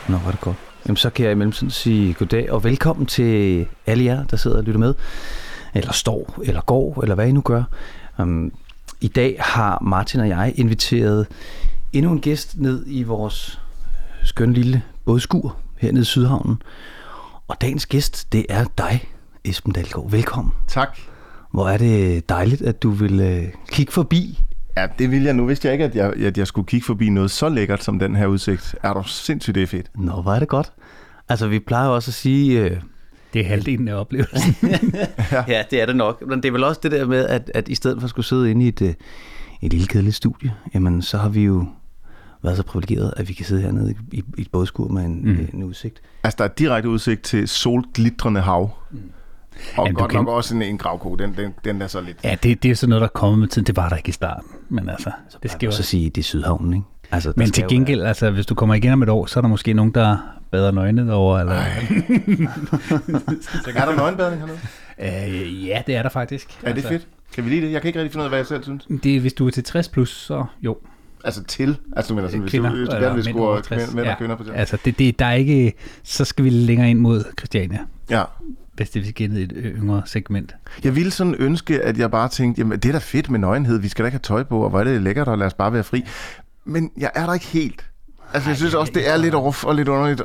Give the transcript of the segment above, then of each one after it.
Nå, var det godt. Jamen, så kan jeg i mellemtiden sige goddag og velkommen til alle jer, der sidder og lytter med. Eller står, eller går, eller hvad I nu gør. I dag har Martin og jeg inviteret endnu en gæst ned i vores skønne lille bådskur hernede i Sydhavnen. Og dagens gæst, det er dig, Esben Dalgaard. Velkommen. Tak. Hvor er det dejligt, at du vil kigge forbi. Ja, det vil jeg. Nu vidste jeg ikke, at jeg skulle kigge forbi noget så lækkert som den her udsigt. Er du sindssygt, det er fedt. Nå, hvor er det godt. Altså, vi plejer også at sige... Det er halvdelen af oplevelsen. Ja, det er det nok. Men det er vel også det der med, at i stedet for at skulle sidde inde i et lille kedeligt studie, jamen så har vi jo været så privilegeret, at vi kan sidde hernede i et bådskur med en udsigt. Altså, der er direkte udsigt til solglitrende hav. Og jamen, godt nok også en gravko. Den er så lidt... Ja, det er sådan noget, der er kommet med tiden. Det var der ikke i starten. Men altså, det skal jo så sige, det er Sydhavnen, ikke? Altså, men til gengæld, altså, hvis du kommer igen om et år, så er der måske nogen, der bader nøgne derovre. Eller... Er der nøgenbadning hernede? Ja, det er der faktisk. Er det fedt? Kan vi lide det? Jeg kan ikke rigtig finde ud af, hvad jeg selv synes. Det er, hvis du er til 60 plus, så jo. Altså til? Altså du mener sådan, kvinder, hvis du gerne vil score mænd og kvinder på det? Altså der er ikke... Så skal vi længere ind mod Christiania. Ja. Hvis det vil give et yngre segment. Jeg ville sådan ønske, at jeg bare tænkte, jamen det er da fedt med nøgenhed, vi skal da ikke have tøj på, og hvor er det lækkert, og lad os bare være fri. Men jeg er der ikke helt. Altså jeg synes også, det er lidt off og lidt underligt.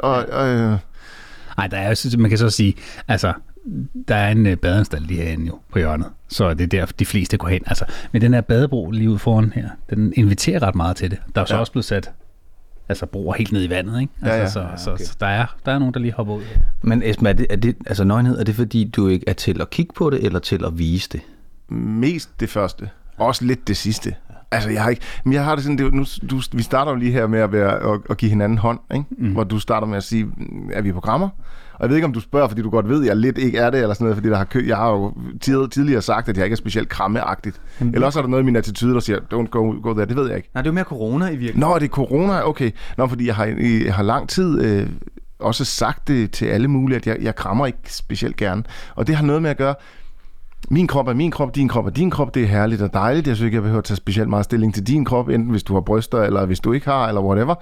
Nej, der er jo, man kan så sige, altså der er en badeanstalt lige herinde jo på hjørnet, så det er der de fleste går hen. Altså, men den her badebro lige ude foran her, den inviterer ret meget til det. Der er så også blevet sat broer helt ned i vandet, ikke? Altså, okay. Så der er nogen, der lige hopper ud. Men Esben, er det altså nøgenhed, er det fordi, du ikke er til at kigge på det, eller til at vise det? Mest det første. Også lidt det sidste. Altså, jeg har det sådan, vi starter jo lige her med at give hinanden hånd, ikke? Hvor du starter med at sige, er vi på krammer? Og jeg ved ikke, om du spørger, fordi du godt ved, at jeg lidt ikke er det, eller sådan noget, fordi jeg har jo tidligere sagt, at jeg ikke er specielt krammeagtigt. Eller også er der noget i min attitude, der siger, don't go there, det ved jeg ikke. Nej, det er jo mere corona i virkeligheden. Nå, det er corona? Okay. Nå, fordi jeg har lang tid også sagt det til alle mulige, at jeg krammer ikke specielt gerne. Og det har noget med at gøre, min krop er min krop, din krop er din krop, det er herligt og dejligt. Jeg synes ikke, jeg behøver at tage specielt meget stilling til din krop, enten hvis du har bryster, eller hvis du ikke har, eller whatever.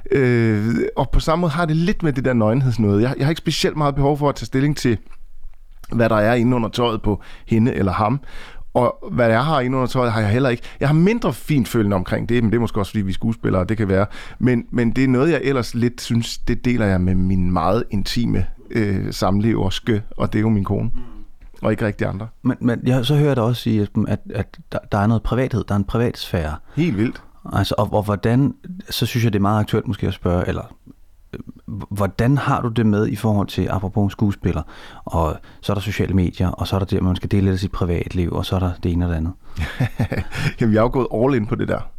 Og på samme måde har det lidt med det der nøgenhedsnøde. Jeg har ikke specielt meget behov for at tage stilling til, hvad der er inde under tøjet på hende eller ham. Og hvad jeg har inde under tøjet, har jeg heller ikke. Jeg har mindre fint følende omkring det, men det er måske også, fordi vi er skuespillere, det kan være. Men det er noget, jeg ellers lidt synes, det deler jeg med min meget intime samleverske, og det er jo min kone. Og ikke rigtig andre. Men jeg så hører jeg da også sige, at der er noget privathed, der er en privatsfære. Helt vildt. Altså, og hvordan, så synes jeg, det er meget aktuelt måske at spørge, eller hvordan har du det med i forhold til, apropos skuespiller, og så er der sociale medier, og så er der det, at man skal dele lidt af sit privatliv, og så er der det ene og det andet? Jamen, jeg har jo gået all in på det der.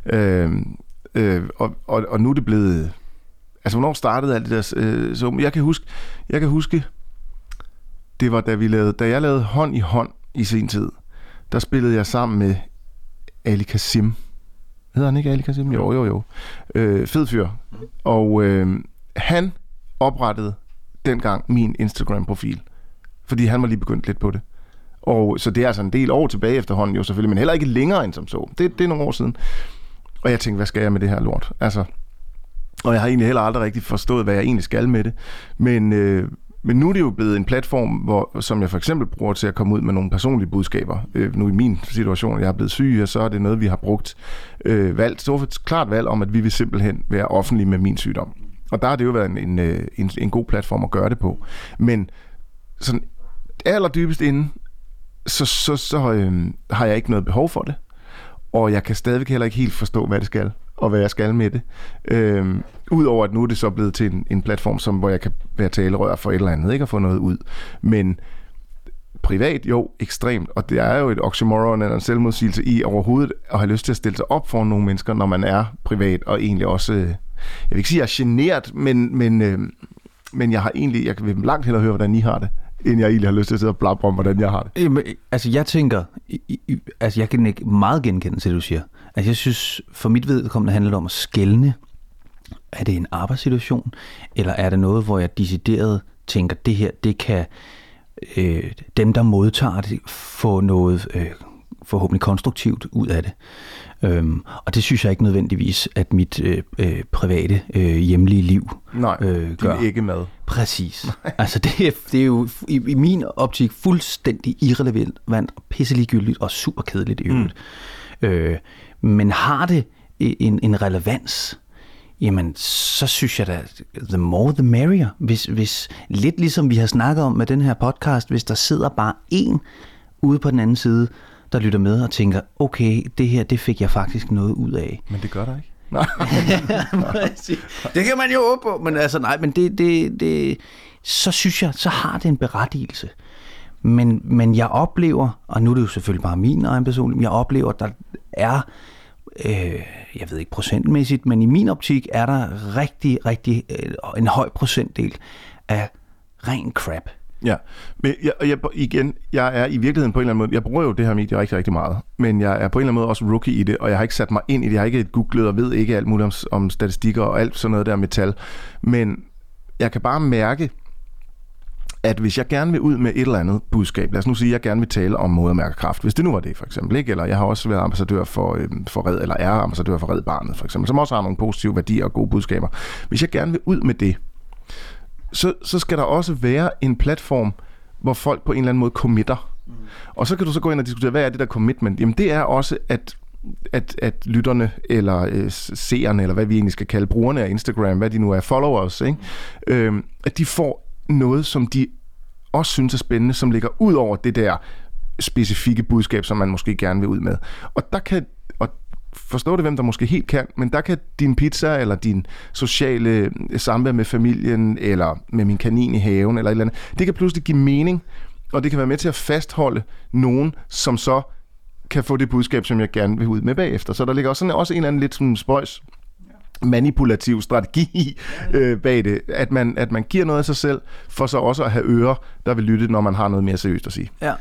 Og nu er det blevet... Altså, hvornår startede alt det der? Så jeg kan huske, det var, da jeg lavede Hånd i hånd i sin tid, der spillede jeg sammen med Ali Kasim. Hedder han ikke Ali Kasim? Jo. Fed fyr. Og han oprettede dengang min Instagram-profil, fordi han var lige begyndt lidt på det. Og så det er altså en del år tilbage efterhånden jo selvfølgelig, men heller ikke længere end som så. Det er nogle år siden. Og jeg tænkte, hvad skal jeg med det her lort? Altså, og jeg har egentlig heller aldrig rigtig forstået, hvad jeg egentlig skal med det. Men nu er det jo blevet en platform, som jeg for eksempel bruger til at komme ud med nogle personlige budskaber. Nu i min situation, jeg er blevet syg, og så er det noget, vi har brugt valgt. Så et klart valg om, at vi vil simpelthen være offentlige med min sygdom. Og der har det jo været en god platform at gøre det på. Men sådan allerdybest inde, så har jeg ikke noget behov for det. Og jeg kan stadigvæk heller ikke helt forstå, hvad det skal, og hvad jeg skal med det. Udover at nu er det så blevet til en platform, hvor jeg kan være talerør for et eller andet, ikke at få noget ud. Men privat, jo, ekstremt. Og det er jo et oxymoron eller en selvmodsigelse i overhovedet at have lyst til at stille sig op for nogle mennesker, når man er privat, og egentlig også, jeg vil ikke sige, at jeg er genert, men jeg vil langt hellere høre, hvordan I har det, end jeg egentlig har lyst til at sidde og blabre om, hvordan jeg har det. Jamen, altså jeg tænker, jeg kan ikke meget genkende til det, du siger. Altså jeg synes, for mit vedkommende handler det om at skelne. Er det en arbejdssituation, eller er det noget, hvor jeg decideret tænker, det her, det kan dem, der modtager det, få forhåbentlig konstruktivt ud af det. Og det synes jeg ikke nødvendigvis, at mit private hjemlige liv gør. Din ikke-mad. Præcis. Altså det er jo i min optik fuldstændig irrelevant og pisseligegyldigt og super kedeligt i øvrigt. Men har det en relevans, jamen så synes jeg da, the more the merrier. Hvis lidt ligesom vi har snakket om med den her podcast, hvis der sidder bare en ude på den anden side, der lytter med og tænker, okay, det her, det fik jeg faktisk noget ud af. Men det gør der ikke. Nej. Det kan man jo håbe på, men altså nej, men det så synes jeg, så har det en berettigelse. Men jeg oplever, og nu er det jo selvfølgelig bare min egen person, jeg oplever, at der er, jeg ved ikke procentmæssigt, men i min optik er der rigtig en høj procentdel af ren crap. Ja, men jeg er i virkeligheden på en eller anden måde, jeg bruger jo det her medie rigtig, rigtig meget, men jeg er på en eller anden måde også rookie i det, og jeg har ikke sat mig ind i det, jeg har ikke googlet og ved ikke alt muligt om statistikker og alt sådan noget der med tal, men jeg kan bare mærke, at hvis jeg gerne vil ud med et eller andet budskab, lad os nu sige, at jeg gerne vil tale om modermærkekræft, hvis det nu var det for eksempel, ikke? Eller jeg har også været ambassadør for Red, eller er ambassadør for Red Barnet for eksempel, som også har nogle positive værdier og gode budskaber. Hvis jeg gerne vil ud med det, så skal der også være en platform, hvor folk på en eller anden måde committer. Og så kan du så gå ind og diskutere, hvad er det der commitment? Jamen det er også, at lytterne, eller seerne, eller hvad vi egentlig skal kalde brugerne af Instagram, hvad de nu er, followers, ikke? At de får noget, som de også synes er spændende, som ligger ud over det der specifikke budskab, som man måske gerne vil ud med. Og der kan, og forstå det, hvem der måske helt kan, men der kan din pizza, eller din sociale samvær med familien, eller med min kanin i haven, eller et eller andet, det kan pludselig give mening, og det kan være med til at fastholde nogen, som så kan få det budskab, som jeg gerne vil ud med bagefter. Så der ligger også en eller anden lidt sådan spøjs manipulativ strategi bag det, at man giver noget af sig selv, for så også at have ører, der vil lytte, når man har noget mere seriøst at sige. Ja.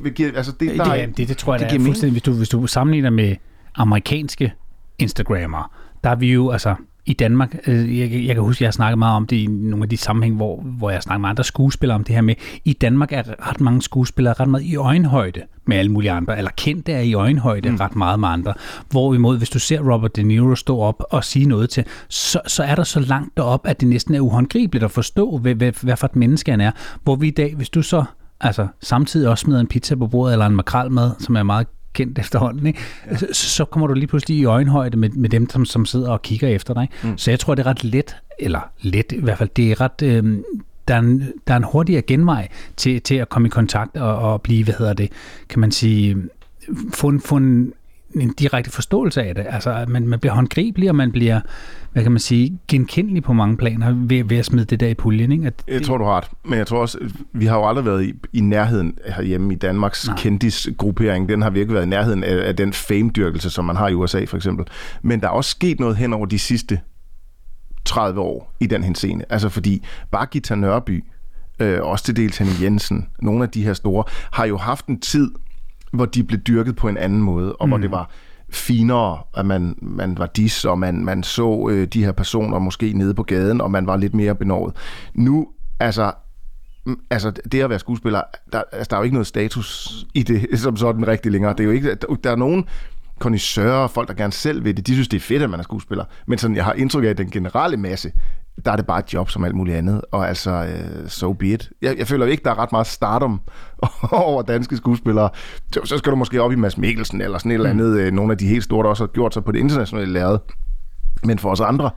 Det tror jeg, det er fuldstændig, hvis du sammenligner med amerikanske Instagrammer, der er vi jo, altså i Danmark, jeg kan huske, jeg har snakket meget om det i nogle af de sammenhæng, hvor jeg snakker med andre skuespillere om det her med, i Danmark er ret mange skuespillere ret meget i øjenhøjde med alle mulige andre, eller kendte er i øjenhøjde ret meget med andre. Hvorimod, hvis du ser Robert De Niro stå op og sige noget til, så er der så langt derop, at det næsten er uhåndgribeligt at forstå, hvad for et menneske han er. Hvor vi i dag, hvis du så samtidig også smider en pizza på bordet, eller en makrelmad, som er meget kendt efterhånden, ikke? Ja. Så kommer du lige pludselig i øjenhøjde med dem, som sidder og kigger efter dig. Så jeg tror, det er ret let i hvert fald, det er ret, der er en hurtigere genvej til at komme i kontakt og blive, kan man sige, få en direkte forståelse af det. Altså, man bliver håndgribelig, og man bliver, hvad kan man sige, genkendelig på mange planer ved at smide det der i puljen, ikke? Jeg tror, du har ret. Men jeg tror også, vi har jo aldrig været i nærheden herhjemme i Danmarks kendisgruppering. Den har virkelig været i nærheden af den fame-dyrkelse, som man har i USA for eksempel. Men der er også sket noget hen over de sidste 30 år i den henseende. Altså fordi bare Gita Nørby, også til dels Henning Jensen, nogle af de her store, har jo haft en tid, hvor de blev dyrket på en anden måde, og hvor det var finere, at man var dis, og man så de her personer måske nede på gaden, og man var lidt mere benovet. Nu, altså det at være skuespiller, der er jo ikke noget status i det, som sådan rigtig længere. Det er jo ikke, der er nogen kondisører, folk, der gerne selv vil det, de synes, det er fedt, at man er skuespiller. Men sådan, jeg har indtryk af, den generelle masse, der er det bare et job som alt muligt andet. Og altså, so be it. Jeg føler jo ikke, der er ret meget stardom over danske skuespillere. Så skal du måske op i Mads Mikkelsen, eller sådan et eller andet, nogle af de helt store, der også har gjort sig på det internationale lærred. Men for os andre,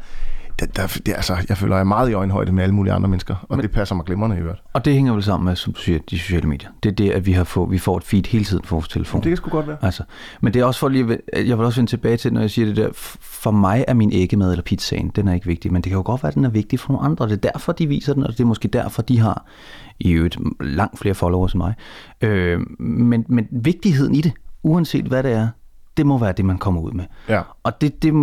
jeg føler, jeg er meget i øjenhøjde med alle mulige andre mennesker, og det passer mig glimrende i øvrigt. Og det hænger vel sammen med, som du siger, de sociale medier. Det er det, at vi får et feed hele tiden på vores telefon. Det kan sgu godt være. Altså, men det er også for lige, jeg vil også vende tilbage til, når jeg siger det der, for mig er min æggemad eller pizzaen, den er ikke vigtig, men det kan jo godt være, at den er vigtig for nogle andre. Det er derfor, de viser den, og det er måske derfor, de har i øvrigt langt flere followers end mig. Men vigtigheden i det, uanset hvad det er, det må være det, man kommer ud med. Ja. Og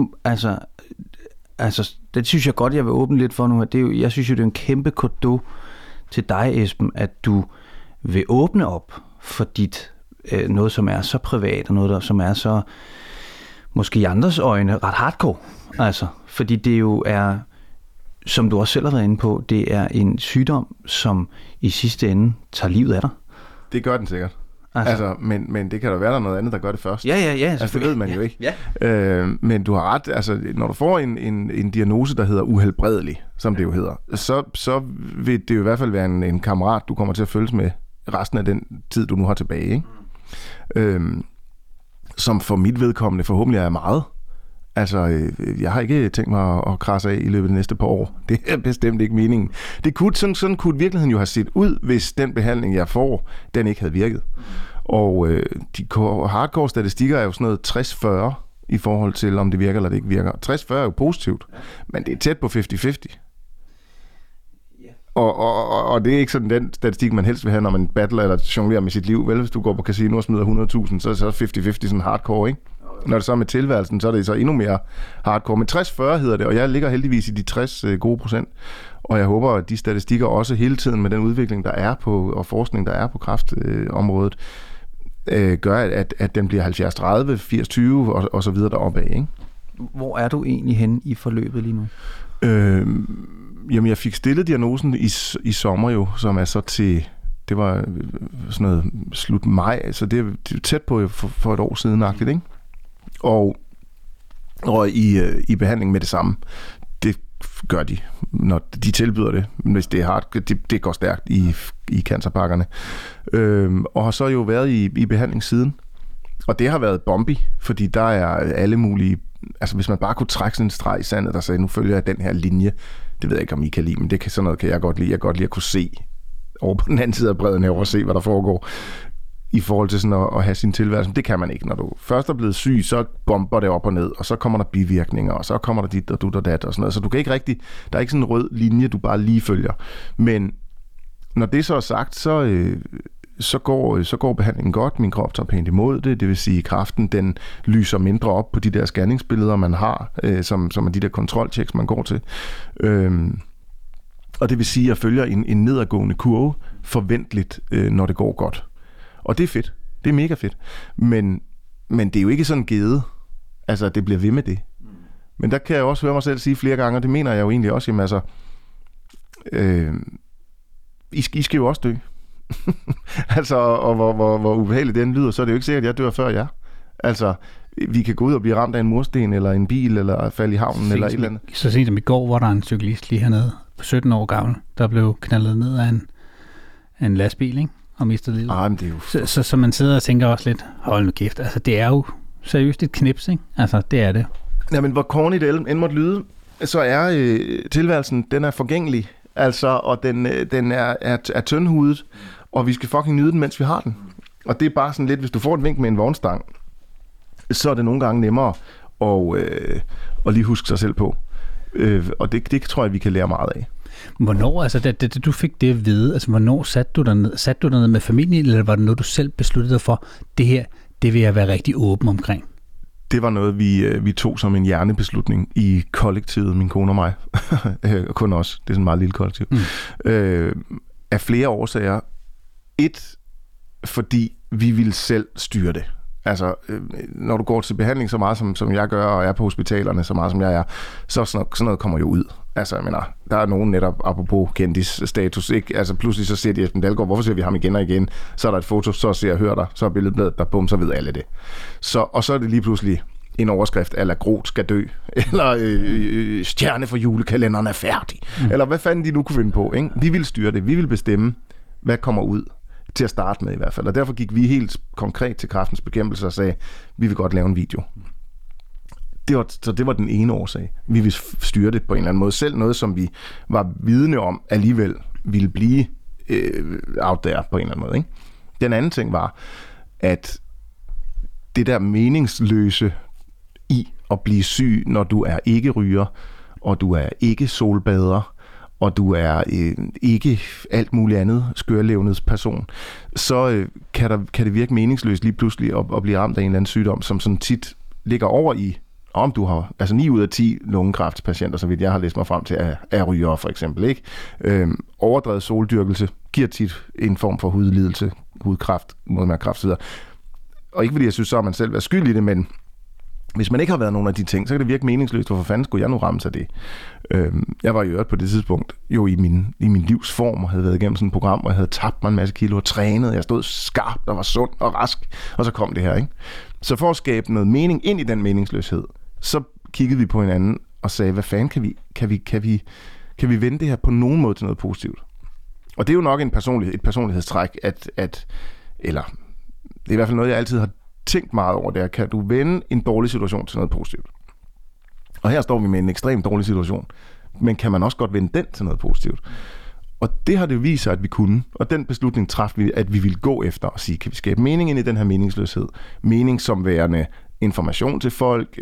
det synes jeg godt, jeg vil åbne lidt for nu. Jeg synes jo, det er en kæmpe cadeau til dig, Esben, at du vil åbne op for dit noget, som er så privat, og noget, som er så, måske i andres øjne, ret hardcore. Altså, fordi det jo er, som du også selv har været inde på, det er en sygdom, som i sidste ende tager livet af dig. Det gør den sikkert. Altså, men det kan da være, der er noget andet, der gør det først. Ja, altså, det ved man jo ikke. Ja. Men du har ret, altså, når du får en diagnose, der hedder uhelbredelig, som det jo hedder, så vil det jo i hvert fald være en kammerat, du kommer til at følges med resten af den tid, du nu har tilbage, ikke? Som for mit vedkommende forhåbentlig er meget. Altså, jeg har ikke tænkt mig at krasse af i løbet af de næste par år. Det er bestemt ikke meningen. Sådan kunne virkeligheden jo have set ud, hvis den behandling, jeg får, den ikke havde virket. Og de hardcore statistikker er jo sådan noget 60-40 i forhold til, om det virker eller det ikke virker. 60-40 er jo positivt, men det er tæt på 50-50. Og det er ikke sådan den statistik, man helst vil have, når man battler eller jonglerer med sit liv. Vel, hvis du går på casino og smider 100.000, så er det 50-50 sådan hardcore, ikke? Når det så er med tilværelsen, så er det så endnu mere hardcore. Men 60-40 hedder det, og jeg ligger heldigvis i de 60 gode procent. Og jeg håber, at de statistikker også hele tiden med den udvikling, der er på, og forskning, der er på kræftområdet, gør, at den bliver 70-30, 80-20 og så videre deroppe af, ikke? Hvor er du egentlig henne i forløbet lige nu? Jamen, jeg fik stillet diagnosen i sommer jo, som er så til... Det var sådan noget slut maj, så det er tæt på for et år siden-agtigt, ikke? Og i behandling med det samme. Det gør de, når de tilbyder det, hvis det er hardt. Det går stærkt i cancerpakkerne. Og har så jo været i behandling siden. Og det har været bomby, fordi der er alle mulige... Altså, hvis man bare kunne trække sådan en streg i sandet, der sagde, nu følger jeg den her linje. Det ved jeg ikke, om I kan lide, men sådan noget kan jeg godt lide. Jeg kan godt lide at kunne se over på den anden side af bredden her, og se, hvad der foregår i forhold til sådan at have sin tilværelse. Det kan man ikke. Når du først er blevet syg, så bomber det op og ned, og så kommer der bivirkninger, og så kommer der dit og dut og dat og sådan noget. Så du kan ikke rigtig... Der er ikke sådan en rød linje, du bare lige følger. Men når det så er sagt, så går behandlingen godt. Min krop tager pænt imod det. Det vil sige, at kræften, den lyser mindre op på de der scanningsbilleder, man har, som er de der kontrolchecks, man går til. Og det vil sige, at jeg følger en nedadgående kurve forventeligt, når det går godt. Og det er fedt. Det er mega fedt. Men det er jo ikke sådan givet, altså at det bliver ved med det. Men der kan jeg også høre mig selv sige flere gange, og det mener jeg jo egentlig også, jamen altså, I skal jo også dø. Altså, og hvor ubehageligt den lyder, så er det jo ikke sikkert, at jeg dør før jer. Altså, vi kan gå ud og blive ramt af en mursten, eller en bil, eller falde i havnen, eller et eller andet. Så sent som i går, var der en cyklist lige hernede, på 17 år gammel, der blev knaldet ned af en lastbil, ikke? Og mistede livet. Men det er jo... Så man sidder og tænker også lidt, hold nu kæft, altså det er jo seriøst et knips, ikke? Altså, det er det. Jamen, hvor corny det end måtte lyde, så er tilværelsen, den er forgængelig, altså, og den er tyndhudet, og vi skal fucking nyde den, mens vi har den. Og det er bare sådan lidt, hvis du får et vink med en vognstang, så er det nogle gange nemmere at lige huske sig selv på. Og det tror jeg, vi kan lære meget af. Hvornår, altså da du fik det at vide, altså hvornår satte du dig ned med familien, eller var det noget, du selv besluttede dig for, det her, det vil jeg være rigtig åben omkring? Det var noget, vi tog som en hjernebeslutning i kollektivet, min kone og mig. Og kun os. Det er sådan en meget lille kollektiv. Af flere årsager. Fordi vi ville selv styre det. Altså, når du går til behandling så meget, som jeg gør, og er på hospitalerne så meget, som jeg er, så sådan noget kommer jo ud. Altså, jeg mener, der er nogen netop, apropos kendis-status, ikke? Altså, pludselig så ser de Esben Dalgaard, hvorfor ser vi ham igen og igen? Så er der et foto, så ser jeg, hører dig, så er billedbladet der, bum, så ved alle det. Og så er det lige pludselig en overskrift, eller Groth skal dø, eller stjerne for julekalenderen er færdig, eller hvad fanden de nu kunne finde på, ikke? Vi ville styre det, vi ville bestemme, hvad kommer ud. Til at starte med i hvert fald. Og derfor gik vi helt konkret til Kræftens Bekæmpelse og sagde, vi vil godt lave en video. Det var den ene årsag. Vi ville styre det på en eller anden måde. Selv noget, som vi var vidne om, alligevel ville blive out there på en eller anden måde. Ikke? Den anden ting var, at det der meningsløse i at blive syg, når du er ikke ryger, og du er ikke solbader, og du er ikke alt muligt andet skørlevnets person, så kan det virke meningsløst lige pludselig at blive ramt af en eller anden sygdom, som sådan tit ligger over i, om du har, altså 9 ud af 10 lungekræftspatienter, så vidt jeg har læst mig frem til, er rygere for eksempel, ikke? Overdrevet soldyrkelse giver tit en form for hudlidelse, hudkræft, modermærkekræft, og ikke fordi jeg synes så, at man selv er skyld i det, men Hvis man ikke har været nogen af de ting, så kan det virke meningsløst. Hvorfor fanden skulle jeg nu ramme sig det? Jeg var i øvrigt på det tidspunkt jo i min livsform og havde været igennem sådan et program, og jeg havde tabt mig en masse kilo og trænet. Jeg stod skarpt og var sund og rask, og så kom det her, ikke? Så for at skabe noget mening ind i den meningsløshed, så kiggede vi på hinanden og sagde, hvad fanden kan vi vende det her på nogen måde til noget positivt? Og det er jo nok et personlighedstræk, eller det er i hvert fald noget, jeg altid har tænkt meget over, det er, kan du vende en dårlig situation til noget positivt? Og her står vi med en ekstremt dårlig situation, men kan man også godt vende den til noget positivt? Og det har det vist sig, at vi kunne, og den beslutning traf vi, at vi ville gå efter og sige, kan vi skabe mening ind i den her meningsløshed? Mening som værende information til folk,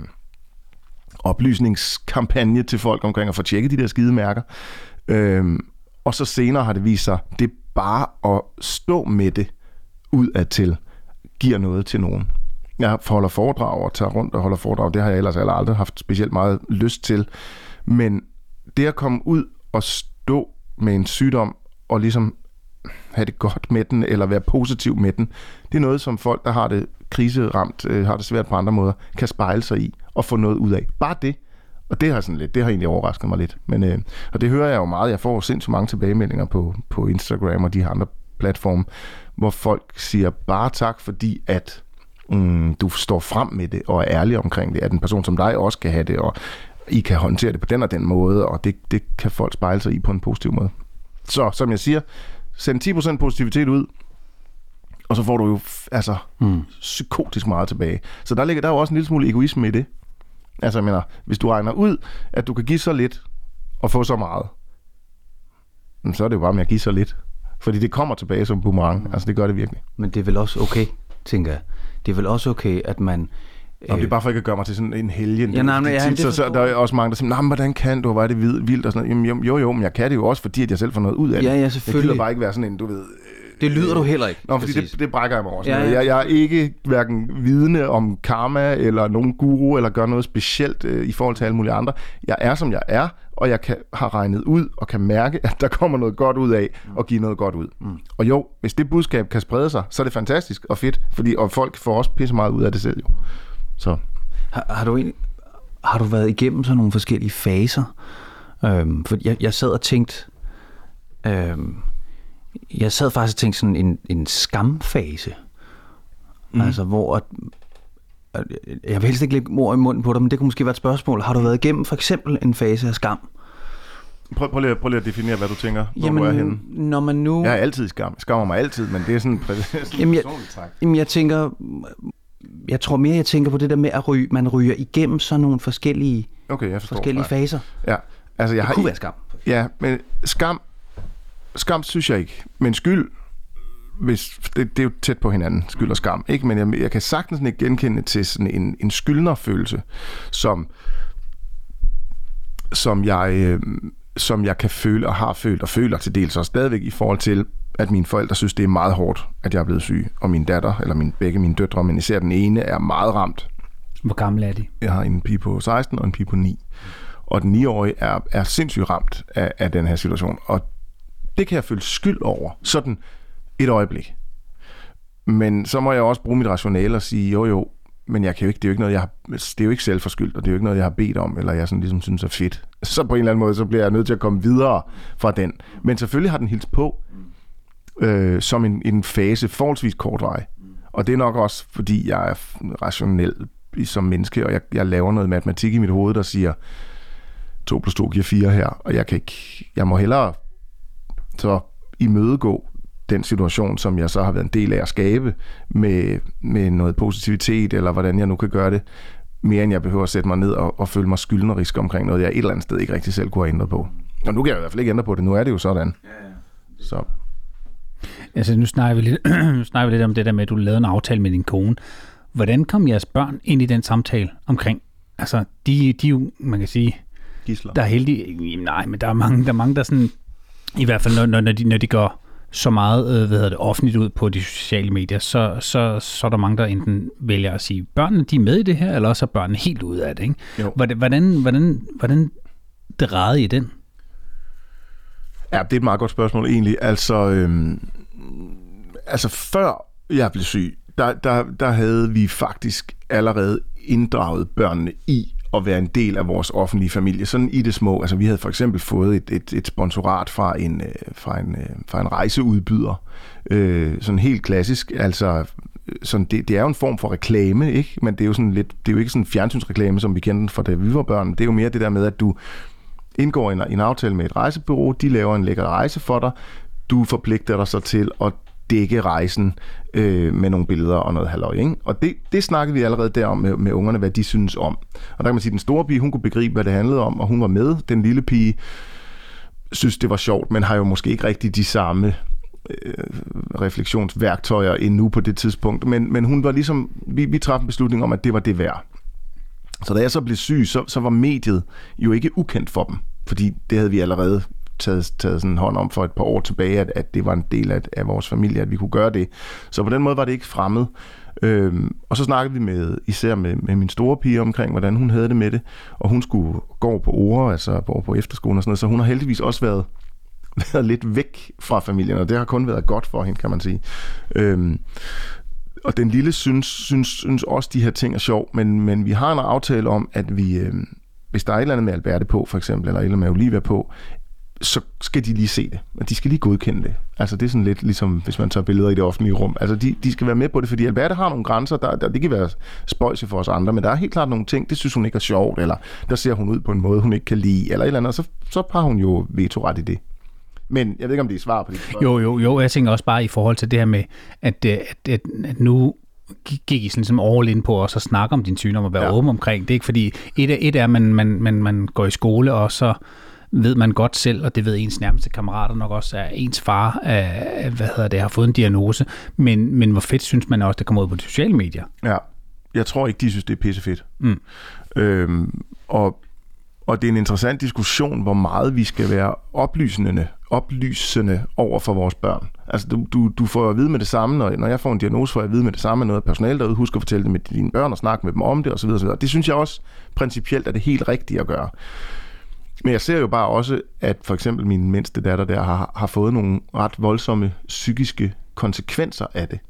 oplysningskampagne til folk omkring at få tjekket de der skidemærker. Og så senere har det vist sig, det er bare at stå med det udadtil, giver noget til nogen. Jeg holder foredrag og tager rundt og holder foredrag. Det har jeg ellers aldrig haft specielt meget lyst til. Men det at komme ud og stå med en sygdom og ligesom have det godt med den, eller være positiv med den, det er noget, som folk, der har det kriseramt, har det svært på andre måder, kan spejle sig i og få noget ud af. Bare det. Og det har egentlig overrasket mig lidt. Men, og det hører jeg jo meget. Jeg får sindssygt mange tilbagemeldinger på Instagram og de her andre platforme, hvor folk siger bare tak, fordi at du står frem med det og er ærlig omkring det, at en person som dig også kan have det, og I kan håndtere det på den og den måde, og det kan folk spejle sig i på en positiv måde. Så som jeg siger, send 10% positivitet ud, og så får du jo psykotisk meget tilbage. Så der ligger der jo også en lille smule egoisme i det. Altså jeg mener, hvis du regner ud, at du kan give så lidt og få så meget, så er det jo bare med at give så lidt. Fordi det kommer tilbage som boomerang. Altså det gør det virkelig. Men det er vel også okay, tænker jeg. Det er vel også okay, at man... Og det er bare for ikke at gøre mig til sådan en helgen. Ja, så der er også mange, der siger, nej, men hvordan kan du, hvor er det vildt og sådan noget. Jamen, jo, men jeg kan det jo også, fordi at jeg selv får noget ud af det. Ja, selvfølgelig. Jeg gider bare ikke være sådan en, du ved... Det lyder du heller ikke. Nå, fordi det brækker jeg mig også. Ja. Jeg er ikke hverken vidne om karma, eller nogen guru, eller gør noget specielt i forhold til alle mulige andre. Jeg er, som jeg er, og jeg har regnet ud, og kan mærke, at der kommer noget godt ud af, og give noget godt ud. Og jo, hvis det budskab kan sprede sig, så er det fantastisk og fedt, og folk får også pisse meget ud af det selv jo. Så. Har du været igennem sådan nogle forskellige faser? For jeg sad og tænkte... Jeg sad faktisk og tænkte sådan en skamfase. Altså, hvor... Jeg vil helst ikke lægge ord i munden på dig, men det kunne måske være et spørgsmål. Har du været igennem for eksempel en fase af skam? Prøv lige at definere, hvad du tænker, hvor du er henne. Når man nu... Jeg er altid i skam. Jeg skammer mig altid, men det er sådan en personlig træk. Jeg tror mere, jeg tænker på det der med, at man ryger igennem sådan nogle forskellige faser. Ja, altså det kunne være skam. Ja, men skam synes jeg ikke. Men skyld, det er jo tæt på hinanden, skyld og skam. Ikke? Men jeg kan sagtens ikke genkende til sådan en skyldnerfølelse, som jeg kan føle og har følt og føler til dels også stadigvæk i forhold til, at mine forældre synes, det er meget hårdt, at jeg er blevet syg. Og min datter, eller begge mine døtre, men især den ene, er meget ramt. Hvor gammel er de? Jeg har en pige på 16 og en pige på 9. Og den 9-årige er sindssygt ramt af den her situation. Og det kan jeg føle skyld over, sådan et øjeblik. Men så må jeg også bruge mit rationale og sige, jo, men jeg kan jo ikke, det er jo ikke noget, det er jo ikke selvforskyldt, og det er jo ikke noget, jeg har bedt om, eller jeg sådan ligesom synes er fedt. Så på en eller anden måde, så bliver jeg nødt til at komme videre fra den. Men selvfølgelig har den hilst på, som en fase, forholdsvis kortvarig. Og det er nok også, fordi jeg er rationel som menneske, og jeg laver noget matematik i mit hoved, der siger, 2 + 2 giver 4 her, og jeg må hellere så imødegå den situation, som jeg så har været en del af at skabe med noget positivitet, eller hvordan jeg nu kan gøre det, mere end jeg behøver at sætte mig ned og føle mig skyldnerisk omkring noget, jeg et eller andet sted ikke rigtig selv kunne have ændret på. Og nu kan jeg i hvert fald ikke ændre på det, nu er det jo sådan. Så. Altså, nu snakker vi lidt om det der med, at du lavede en aftale med din kone. Hvordan kom jeres børn ind i den samtale omkring? Altså, de jo, man kan sige, gidsler. Der er heldige, nej, men der er mange, der sådan, i hvert fald når de går så meget offentligt ud på de sociale medier, så er der mange, der enten vælger at sige, børnene de er med i det her, eller også er børnene helt ude af det, ikke? Hvordan drejede I den? Ja, det er et meget godt spørgsmål egentlig. Altså før jeg blev syg, der havde vi faktisk allerede inddraget børnene i at være en del af vores offentlige familie. Sådan i det små. Altså vi havde for eksempel fået et sponsorat fra en rejseudbyder. Sådan helt klassisk. Altså sådan, det er jo en form for reklame, ikke? Men det er jo sådan lidt, det er jo ikke sådan en fjernsynsreklame, som vi kendte den fra da vi var børn. Det er jo mere det der med, at du indgår en aftale med et rejsebureau, de laver en lækker rejse for dig, du forpligter dig så til at dække rejsen med nogle billeder og noget halløj, ikke? Og det snakkede vi allerede derom med ungerne, hvad de synes om. Og der kan man sige, at den store pige, hun kunne begribe, hvad det handlede om, og hun var med. Den lille pige synes, det var sjovt, men har jo måske ikke rigtig de samme refleksionsværktøjer endnu på det tidspunkt. Men hun var ligesom, vi træffede en beslutning om, at det var det værd. Så da jeg så blev syg, så var mediet jo ikke ukendt for dem, fordi det havde vi allerede taget sådan en hånd om for et par år tilbage, at det var en del af vores familie, at vi kunne gøre det. Så på den måde var det ikke fremmed. Og så snakkede vi især med min store pige omkring, hvordan hun havde det med det, og hun skulle gå på ord, altså på efterskolen og sådan noget, så hun har heldigvis også været lidt væk fra familien, og det har kun været godt for hende, kan man sige. Og den lille synes også, de her ting er sjov, men vi har en aftale om, at vi, hvis der er et eller andet med Alberte på, for eksempel, eller et eller andet med Olivia på, så skal de lige se det, og de skal lige godkende det. Altså det er sådan lidt ligesom, hvis man tager billeder i det offentlige rum. Altså de skal være med på det, fordi Alberte har nogle grænser, det kan være spøjse for os andre, men der er helt klart nogle ting, det synes hun ikke er sjovt, eller der ser hun ud på en måde, hun ikke kan lide, eller et eller andet, og så har hun jo vetoret i det. Men jeg ved ikke, om det er svar på det. Jo, jeg tænker også bare i forhold til det her med, at nu gik I sådan som all in på os at snakke om din sygdom og være åben omkring. Det er ikke fordi, et er, at man går i skole, og så ved man godt selv, og det ved ens nærmeste kammerater nok også, at ens far har fået en diagnose. Men hvor fedt synes man også, det kommer ud på de sociale medier? Ja, jeg tror ikke, de synes, det er pissefedt. Og det er en interessant diskussion, hvor meget vi skal være oplysende over for vores børn. Altså, du får at vide med det samme, når jeg får en diagnose, får jeg at vide med det samme, noget personale derude, husk at fortælle det med dine børn og snakke med dem om det, osv. Det synes jeg også principielt er det helt rigtige at gøre. Men jeg ser jo bare også, at for eksempel min mindste datter der har fået nogle ret voldsomme psykiske konsekvenser af det.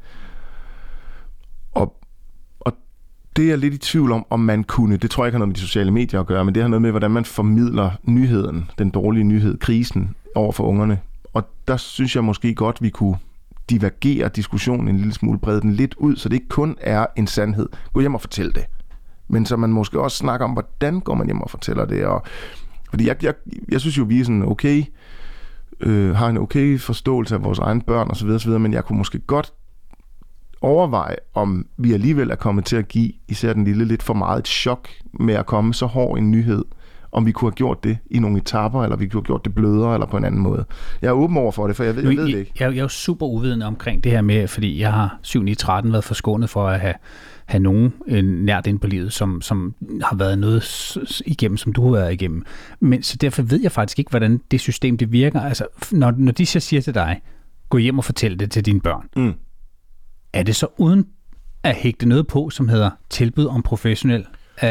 Og det er jeg lidt i tvivl om man kunne. Det tror jeg ikke har noget med de sociale medier at gøre, men det har noget med, hvordan man formidler nyheden, den dårlige nyhed, krisen over for ungerne. Og der synes jeg måske godt, vi kunne divergere diskussionen en lille smule, brede den lidt ud, så det ikke kun er en sandhed. Gå hjem og fortæl det. Men så man måske også snakker om, hvordan går man hjem og fortæller det. Og fordi jeg synes jo, vi er sådan okay, har en okay forståelse af vores egne børn osv., men jeg kunne måske godt overveje, om vi alligevel er kommet til at give især den lille lidt for meget et chok med at komme så hård en nyhed, om vi kunne have gjort det i nogle etaper, eller vi kunne have gjort det blødere, eller på en anden måde. Jeg er åben over for det, for jeg ved det ikke. Jeg er jo super uvidende omkring det her med, fordi jeg har 7-9-13 været forskånet for at have nogen nært ind på livet, som har været noget igennem, som du har været igennem. Men så derfor ved jeg faktisk ikke, hvordan det system det virker. Altså, når de så siger til dig, gå hjem og fortæl det til dine børn, er det så uden at hægte noget på, som hedder tilbud om professionel?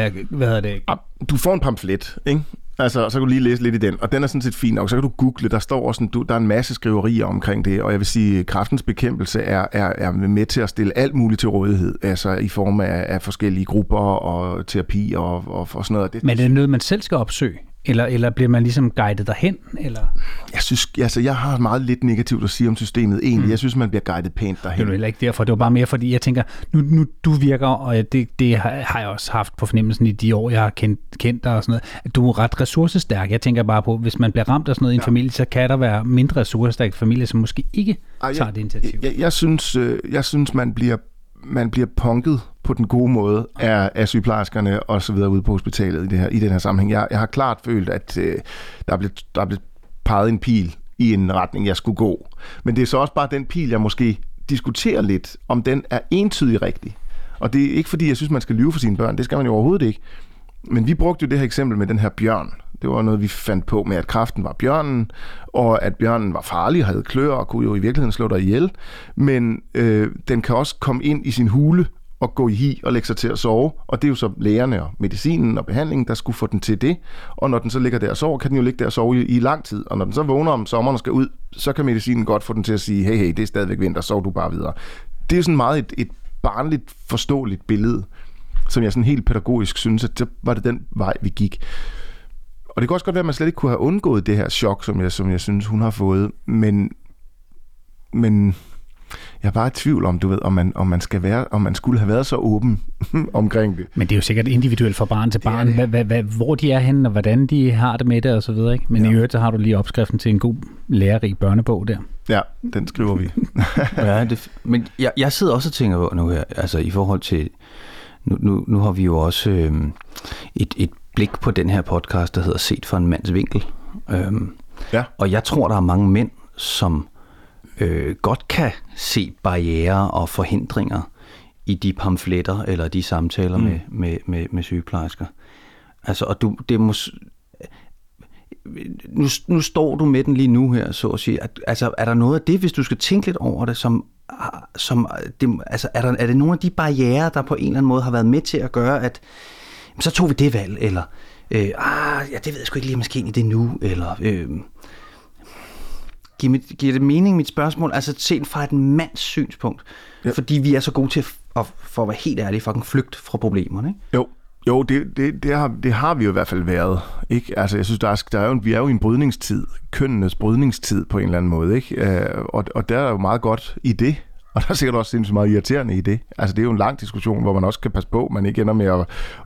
Du får en pamflet, ikke? Altså, så kan du lige læse lidt i den, og den er sådan set fin nok. Så kan du google, der står også der er en masse skriverier omkring det, og jeg vil sige, Kræftens Bekæmpelse er med til at stille alt muligt til rådighed, altså i form af forskellige grupper og terapi og sådan noget. Men er det noget, man selv skal opsøge? Eller bliver man ligesom guidet derhen? Eller? Jeg synes, altså jeg har meget lidt negativt at sige om systemet egentlig. Jeg synes, man bliver guidet pænt derhen. Det er jo heller ikke derfor. Det var bare mere, fordi jeg tænker, nu du virker, og det har jeg også haft på fornemmelsen i de år, jeg har kendt dig og sådan noget, at du er ret ressourcestærk. Jeg tænker bare på, hvis man bliver ramt af sådan noget i en familie, så kan der være mindre ressourcestærk familie, som måske ikke tager det initiativ. Jeg synes, man bliver punket på den gode måde af sygeplejerskerne og så videre ude på hospitalet i den her sammenhæng. Jeg har klart følt, at der er blevet peget en pil i en retning, jeg skulle gå. Men det er så også bare den pil, jeg måske diskuterer lidt, om den er entydig rigtig. Og det er ikke fordi, jeg synes, man skal lyve for sine børn. Det skal man jo overhovedet ikke. Men vi brugte jo det her eksempel med den her bjørn. Det var noget, vi fandt på med, at kræften var bjørnen, og at bjørnen var farlig, havde kløer og kunne jo i virkeligheden slå dig ihjel. Men den kan også komme ind i sin hule og gå i hi og lægge sig til at sove. Og det er jo så lægerne og medicinen og behandlingen, der skulle få den til det. Og når den så ligger der og sover, kan den jo ligge der og sove i lang tid. Og når den så vågner om sommeren og skal ud, så kan medicinen godt få den til at sige, hey, det er stadigvæk vinter, sov du bare videre. Det er sådan meget et barnligt forståeligt billede. som jeg sådan helt pædagogisk synes, at så var det den vej, vi gik. Og det kan også godt være, at man slet ikke kunne have undgået det her chok, som jeg synes, hun har fået, men jeg er bare i tvivl om, du ved, om man skulle have været så åben omkring det. Men det er jo sikkert individuelt fra barn til barn, hvor de er henne, og hvordan de har det med det, og så videre, ikke? Men i øvrigt, så har du lige opskriften til en god, lærerig børnebog der. Ja, den skriver vi. Men jeg sidder også og tænker på nu her, altså i forhold til, nu har vi jo også et blik på den her podcast, der hedder Set fra en mands vinkel. Og jeg tror, der er mange mænd, som godt kan se barrierer og forhindringer i de pamfletter eller de samtaler med sygeplejersker. Altså, og nu står du med den lige nu her, så at sige. Altså, er der noget af det, hvis du skal tænke lidt over det, altså, er det nogle af de barrierer, der på en eller anden måde har været med til at gøre, at så tog vi det valg, eller det ved jeg sgu ikke lige, måske ind i det nu, eller giver det mening, mit spørgsmål? Altså set fra et mands synspunkt. Ja. Fordi vi er så gode til at for at være helt ærlige, fucking flygte fra problemerne, ikke? Jo, det har vi jo i hvert fald været, ikke? Altså jeg synes, vi er jo i en brydningstid, kønnenes brydningstid på en eller anden måde, ikke? Og der er jo meget godt i det. Og der er sikkert også sindssygt meget irriterende i det. Altså det er jo en lang diskussion, hvor man også kan passe på, at man ikke ender med at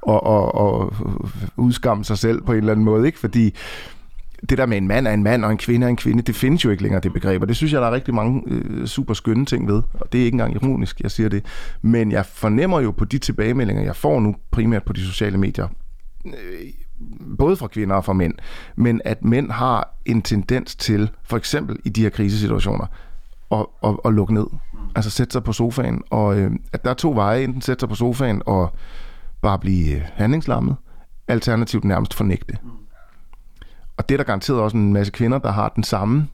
udskamme sig selv på en eller anden måde, ikke? Fordi det der med en mand er en mand, og en kvinde er en kvinde, det findes jo ikke længere, det begreb. Og det synes jeg, der er rigtig mange super skønne ting ved. Og det er ikke engang ironisk, jeg siger det. Men jeg fornemmer jo på de tilbagemeldinger, jeg får nu primært på de sociale medier, både fra kvinder og fra mænd, men at mænd har en tendens til, for eksempel i de her krisesituationer, at lukke ned. Altså sætte sig på sofaen. Og at der er to veje, enten sætte sig på sofaen og bare blive handlingslammet, alternativt nærmest fornægte. Og det er der garanteret også en masse kvinder, der har den samme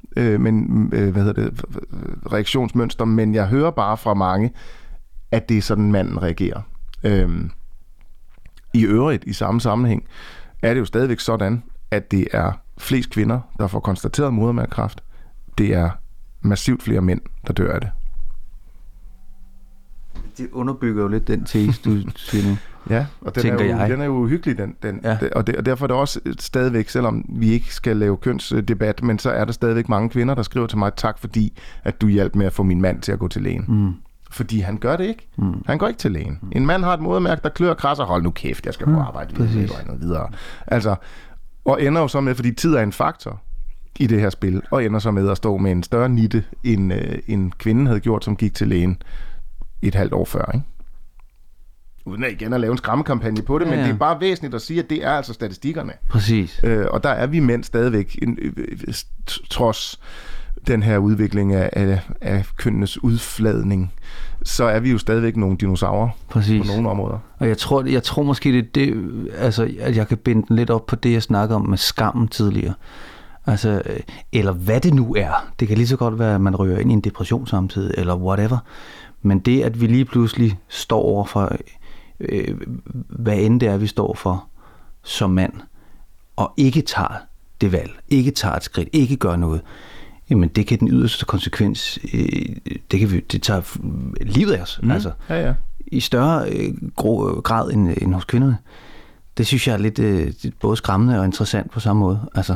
reaktionsmønster, men jeg hører bare fra mange, at det er sådan, manden reagerer. I øvrigt, i samme sammenhæng, er det jo stadigvæk sådan, at det er flest kvinder, der får konstateret modermærkekræft. Det er massivt flere mænd, der dør af det. Det underbygger jo lidt den tese, du siger nu. Ja, og den er jo uhyggelig, og derfor er det også stadigvæk, selvom vi ikke skal lave kønsdebat, men så er der stadigvæk mange kvinder, der skriver til mig, tak fordi, at du hjalp med at få min mand til at gå til lægen. Fordi han gør det ikke. Han går ikke til lægen. En mand har et modermærke, der klør og krasser, hold nu kæft, jeg skal på arbejde videre. Altså, og ender jo så med, fordi tid er en faktor i det her spil, og ender så med at stå med en større nitte, end kvinden havde gjort, som gik til lægen et halvt år før, ikke? Uden at igen at lave en skræmmekampagne på det, men det er bare væsentligt at sige, at det er altså statistikkerne. Præcis. Og der er vi mænd stadigvæk, trods den her udvikling af kønnenes udfladning, så er vi jo stadigvæk nogle dinosaurer. Præcis. På nogle områder. Og jeg tror måske, det altså, at jeg kan binde den lidt op på det, jeg snakker om med skammen tidligere. Altså, eller hvad det nu er. Det kan lige så godt være, at man ryger ind i en depression samtidig, eller whatever. Men det, at vi lige pludselig står over for, hvad end det er, vi står for som mand, og ikke tager det valg, ikke tager et skridt, ikke gør noget, jamen det kan den yderste konsekvens, det tager livet af os. Altså, i større grad end hos kvinderne. Det synes jeg er lidt både skræmmende og interessant på samme måde. Altså,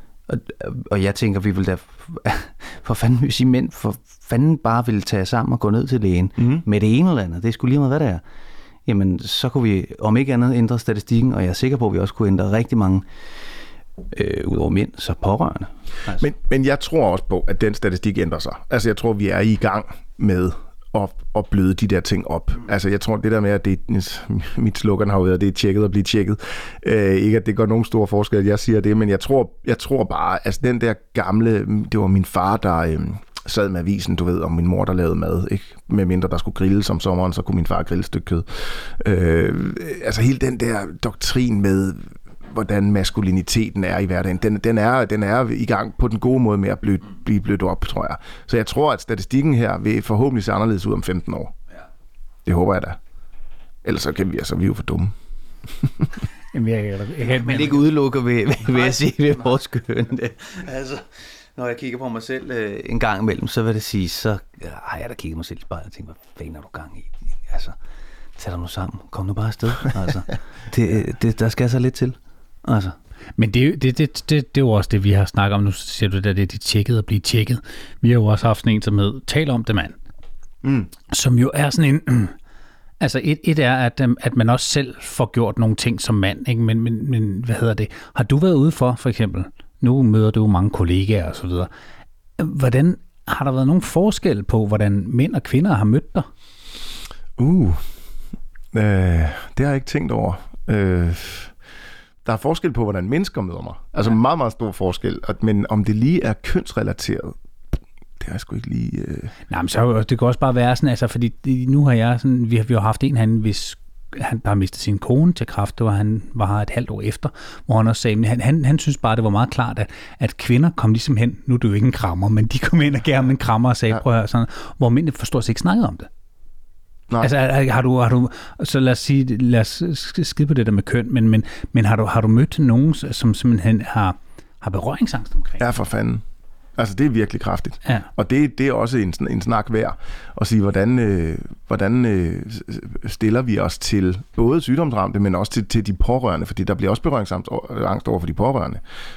og jeg tænker, vi vil da for fanden, hvis I mænd for fanden bare ville tage sammen og gå ned til lægen med det ene eller andet, det skulle lige meget, hvad det er, jamen så kunne vi om ikke andet ændre statistikken, og jeg er sikker på, at vi også kunne ændre rigtig mange udover mænd, så pårørende. Altså. Men jeg tror også på, at den statistik ændrer sig. Altså jeg tror, vi er i gang med at bløde de der ting op. Altså jeg tror, det der med, at mit slogan har været, at det er tjekket og blive tjekket. Ikke at det gør nogen stor forskel, at jeg siger det, men jeg tror bare, altså den der gamle, det var min far, der sad med avisen, du ved, om min mor, der lavede mad, ikke? Med mindre der skulle grilles om sommeren, så kunne min far grille et stykke kød. Altså hele den der doktrin med, hvordan maskuliniteten er i hverdagen, den er i gang på den gode måde med at blive blødt op, tror jeg. Så jeg tror, at statistikken her vil forhåbentlig se anderledes ud om 15 år. Ja. Det håber jeg da. Ellers så kan vi er jo for dumme. Jamen, jeg kan ikke udelukke ved at sige ved vores køn. Altså, når jeg kigger på mig selv en gang imellem, så vil det sige, så har jeg da kigget mig selv i spejlet og tænkt, hvad fanden er du gang i? Altså, Tag dig nu sammen. Kom nu bare afsted. Altså, der skal så lidt til. Altså. Men det er jo også det, vi har snakket om. Nu siger du, det er de tjekket og blive tjekket. Vi har jo også haft sådan en, som hedder Tal om det, mand. Som jo er sådan en... Altså et er, at man også selv får gjort nogle ting som mand, ikke? Men hvad hedder det? Har du været ude for eksempel? Nu møder du mange kollegaer og så videre. Hvordan har der været nogen forskel på, hvordan mænd og kvinder har mødt dig? Det har jeg ikke tænkt over. Der er forskel på, hvordan mennesker møder mig. Altså meget, meget stor forskel. Men om det lige er kønsrelateret, det har jeg sgu ikke lige... Nej, men så det kan også bare være sådan, altså, fordi nu har jeg sådan, vi har jo haft en, han har mistet sin kone til kræft, det var han var her et halvt år efter, hvor han også sagde, han synes bare, det var meget klart, at kvinder kom ligesom hen, nu er det jo ikke en krammer, men de kom ind og gav ham en krammer og sagde, prøv at høre, sådan, hvor mændene forstår sig ikke snakket om det. Nej. Altså har du så lad os skide på det der med køn, men har du mødt nogen, som simpelthen har berøringsangst omkring? Ja, for fanden. Altså, det er virkelig kraftigt. Ja. Og det er også en snak værd at sige, hvordan stiller vi os til både sygdomsramte, men også til de pårørende, fordi der bliver også berøringsangst over for de pårørende.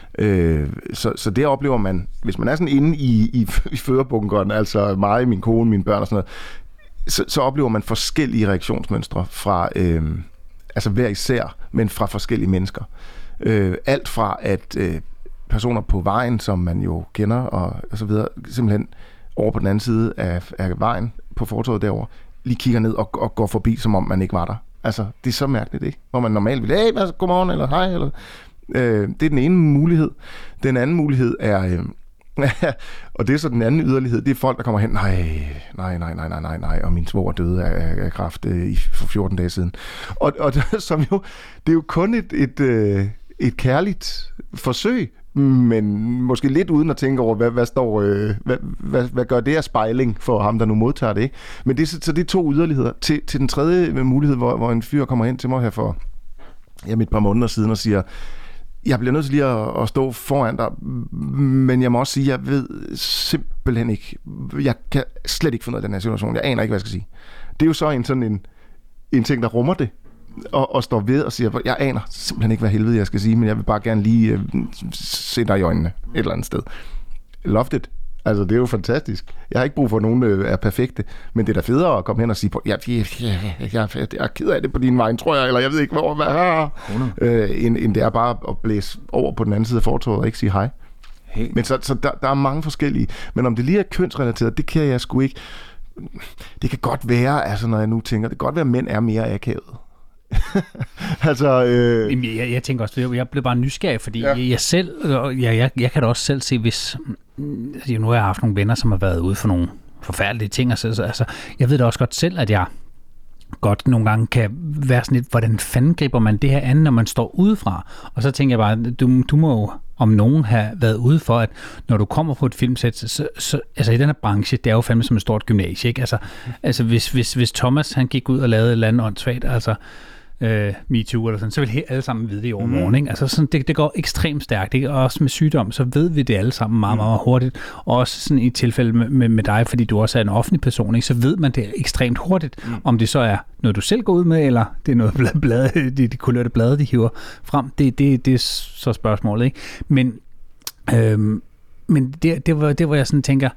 Så det oplever man, hvis man er sådan inde i fødebunkeren, altså mig, min kone, mine børn og sådan noget, så oplever man forskellige reaktionsmønstre fra, altså hver især, men fra forskellige mennesker. Alt fra at personer på vejen, som man jo kender og så videre, simpelthen over på den anden side af vejen på fortovet derovre, lige kigger ned og går forbi, som om man ikke var der. Altså, det er så mærkeligt, ikke? Hvor man normalt vil, hey, godmorgen, eller hej, eller... det er den ene mulighed. Den anden mulighed er... og det er så den anden yderlighed, det er folk, der kommer hen, nej, og min svoger døde af kræft for 14 dage siden. Og som jo, det er jo kun et kærligt forsøg, men måske lidt uden at tænke over, hvad gør det af spejling for ham, der nu modtager det, ikke? Men så det er to yderligheder. Til den tredje mulighed, hvor en fyr kommer hen til mig her for et par måneder siden og siger, jeg bliver nødt til lige at stå foran dig, men jeg må også sige, jeg ved simpelthen ikke, jeg kan slet ikke finde ud af den her situation. Jeg aner ikke, hvad jeg skal sige. Det er jo så en ting, der rummer det, og står ved og siger, jeg aner simpelthen ikke, hvad helvede jeg skal sige, men jeg vil bare gerne lige se dig i øjnene et eller andet sted. Loved it. Altså, det er jo fantastisk. Jeg har ikke brug for, at nogen er perfekte, men det er da federe at komme hen og sige, jeg er ked af det på din vej, tror jeg, eller jeg ved ikke, end det er bare at blæse over på den anden side af fortovet og ikke sige hej. Hey. Men så der er mange forskellige. Men om det lige er kønsrelateret, det kan jeg sgu ikke. Det kan godt være, altså når jeg nu tænker, det kan godt være, at mænd er mere akavet. Altså, jeg tænker også, jeg blev bare nysgerrig, fordi jeg kan da også selv se, hvis nu har jeg haft nogle venner, som har været ude for nogle forfærdelige ting, altså, jeg ved da også godt selv, at jeg godt nogle gange kan være sådan lidt, hvordan fanden griber man det her an, når man står udefra, og så tænker jeg bare, du må jo om nogen have været ude for, at når du kommer på et filmsæt, så altså i den her branche, det er jo fandme som et stort gymnasie, ikke? Altså hvis Thomas, han gik ud og lavede et eller andet åndssvagt, altså MeToo eller sådan, så vil alle sammen vide det i overmorgen, ikke? Altså sådan, det går ekstremt stærkt, ikke? Og også med sygdom, så ved vi det alle sammen meget, meget hurtigt. Og også sådan i tilfælde med dig, fordi du også er en offentlig person, ikke? Så ved man det ekstremt hurtigt, om det så er noget, du selv går ud med, eller det er noget de kulørte blade, de hiver frem. Det er så spørgsmålet, ikke? Men det var jeg sådan tænker,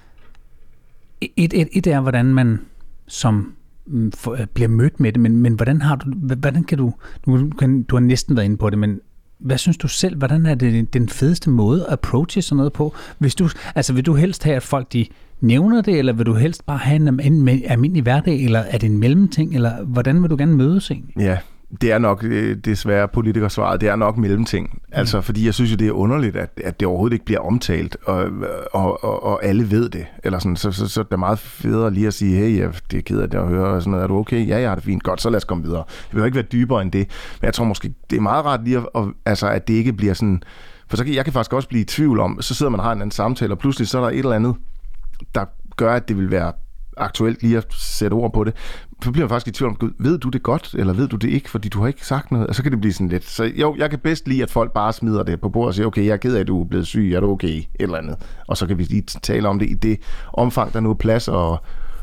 et er, hvordan man som bliver mødt med det, men hvordan kan du har næsten været inde på det, men hvad synes du selv, hvordan er det den fedeste måde at approache sådan noget på? Vil du helst have, at folk de nævner det, eller vil du helst bare have en almindelig hverdag, eller er det en mellemting, eller hvordan vil du gerne mødes egentlig? Ja, det er nok desværre politikersvaret, det er nok mellemting. Altså, fordi jeg synes jo, det er underligt, at det overhovedet ikke bliver omtalt, og alle ved det. Eller sådan, så er det meget federe lige at sige, hey, det er ked af det at høre, og sådan noget. Er du okay? Ja, jeg har det fint. Godt, så lad os komme videre. Det vil jo ikke være dybere end det. Men jeg tror måske, det er meget rart lige at det ikke bliver sådan... For så jeg kan faktisk også blive i tvivl om, så sidder man og har en anden samtale, og pludselig så er der et eller andet, der gør, at det vil være aktuelt lige at sætte ord på det. Så bliver man faktisk i tvivl om, ved du det godt, eller ved du det ikke, fordi du har ikke sagt noget, og så kan det blive sådan lidt. Så jo, jeg kan bedst lide, at folk bare smider det på bordet og siger, okay, jeg er ked af, at du er blevet syg, er du okay, et eller andet. Og så kan vi lige tale om det i det omfang, der nu er plads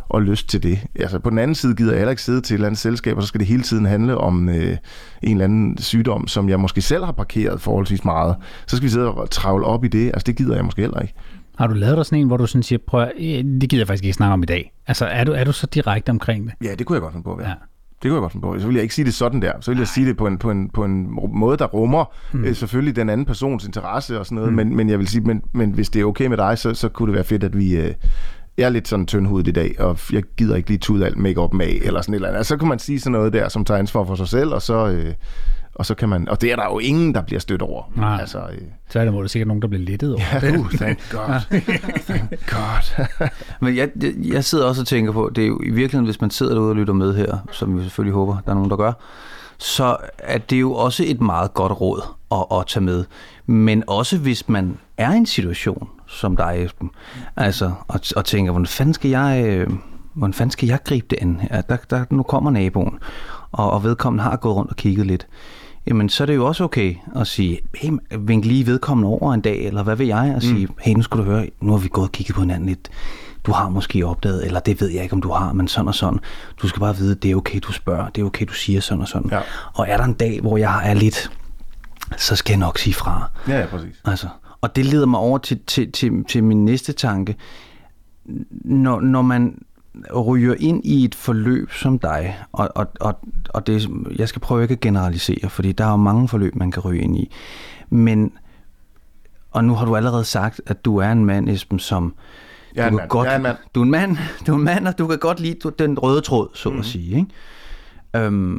og lyst til det. Altså på den anden side gider jeg heller ikke sidde til et eller andet selskab, og så skal det hele tiden handle om en eller anden sygdom, som jeg måske selv har parkeret forholdsvis meget. Så skal vi sidde og travle op i det. Altså det gider jeg måske heller ikke. Har du lavet dig sådan en, hvor du sådan siger, prøv, det gider jeg faktisk ikke snakke om i dag? Altså er du så direkte omkring det? Ja, det kunne jeg godt finde på, ja. Det kunne jeg godt finde på. Så vil jeg ikke sige det sådan der. Så vil jeg sige det på en måde, der rummer selvfølgelig den anden persons interesse og sådan noget. Men jeg vil sige, men hvis det er okay med dig, så kunne det være fedt, at vi er lidt sådan tyndhudet i dag, og jeg gider ikke lige tude alt make-up med, eller sådan et eller andet. Altså, så kan man sige sådan noget der, som tager ansvar for sig selv, og så kan man... Og det er der jo ingen, der bliver stødt over. Nej. Altså, så er der sikkert nogen, der bliver lettet over. Ja, thank God. Thank God. Men jeg sidder også og tænker på, det er jo i virkeligheden, hvis man sidder derude og lytter med her, som vi selvfølgelig håber, der er nogen, der gør, så er det jo også et meget godt råd at tage med. Men også hvis man er i en situation, som dig, Esben, altså, og tænker, hvordan fanden skal jeg gribe det an her? Nu kommer naboen, og vedkommende har gået rundt og kigget lidt. Jamen, så er det jo også okay at sige, hey, vink lige vedkommende over en dag, eller hvad vil jeg? Og sige, hey, nu skal du høre, nu har vi gået og kigget på hinanden lidt. Du har måske opdaget, eller det ved jeg ikke, om du har, men sådan og sådan. Du skal bare vide, det er okay, du spørger, det er okay, du siger sådan og sådan. Ja. Og er der en dag, hvor jeg er lidt, så skal jeg nok sige fra. Ja, præcis. Altså, og det leder mig over til min næste tanke. Når man ryger ind i et forløb som dig, og det, jeg skal prøve ikke at generalisere, fordi der er jo mange forløb, man kan ryge ind i. Men, og nu har du allerede sagt, at du er en mand, Esben, som... Du er en mand, og du kan godt lide den røde tråd, så at sige. Ikke?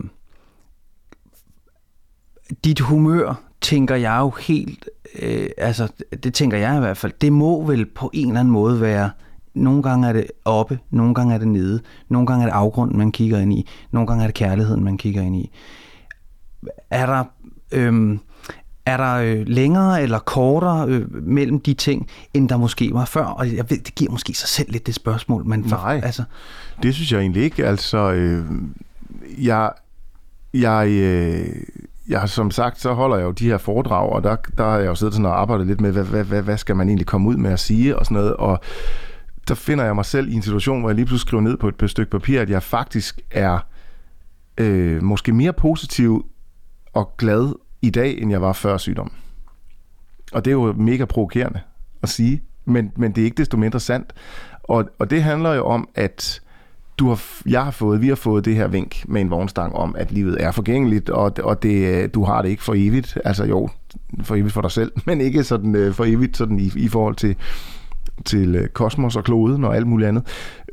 Dit humør, tænker jeg jo helt... altså, det tænker jeg i hvert fald, det må vel på en eller anden måde være... Nogle gange er det oppe, nogle gange er det nede, nogle gange er det afgrunden, man kigger ind i, nogle gange er det kærligheden, man kigger ind i. Er der længere eller kortere mellem de ting, end der måske var før? Og jeg ved, det giver måske sig selv lidt det spørgsmål. Men nej, altså... det synes jeg egentlig ikke. Altså, jeg som sagt, så holder jeg jo de her foredrag, og der er jeg jo siddet sådan og arbejdet lidt med, hvad skal man egentlig komme ud med at sige, og sådan noget, og der finder jeg mig selv i en situation, hvor jeg lige pludselig skriver ned på et stykke papir, at jeg faktisk er måske mere positiv og glad i dag, end jeg var før sygdommen. Og det er jo mega provokerende at sige, men det er ikke desto mindre sandt. Og det handler jo om, at vi har fået det her vink med en vognstang om, at livet er forgængeligt, og det, du har det ikke for evigt. Altså jo, for evigt for dig selv, men ikke sådan for evigt sådan i forhold til kosmos og kloden og alt muligt andet.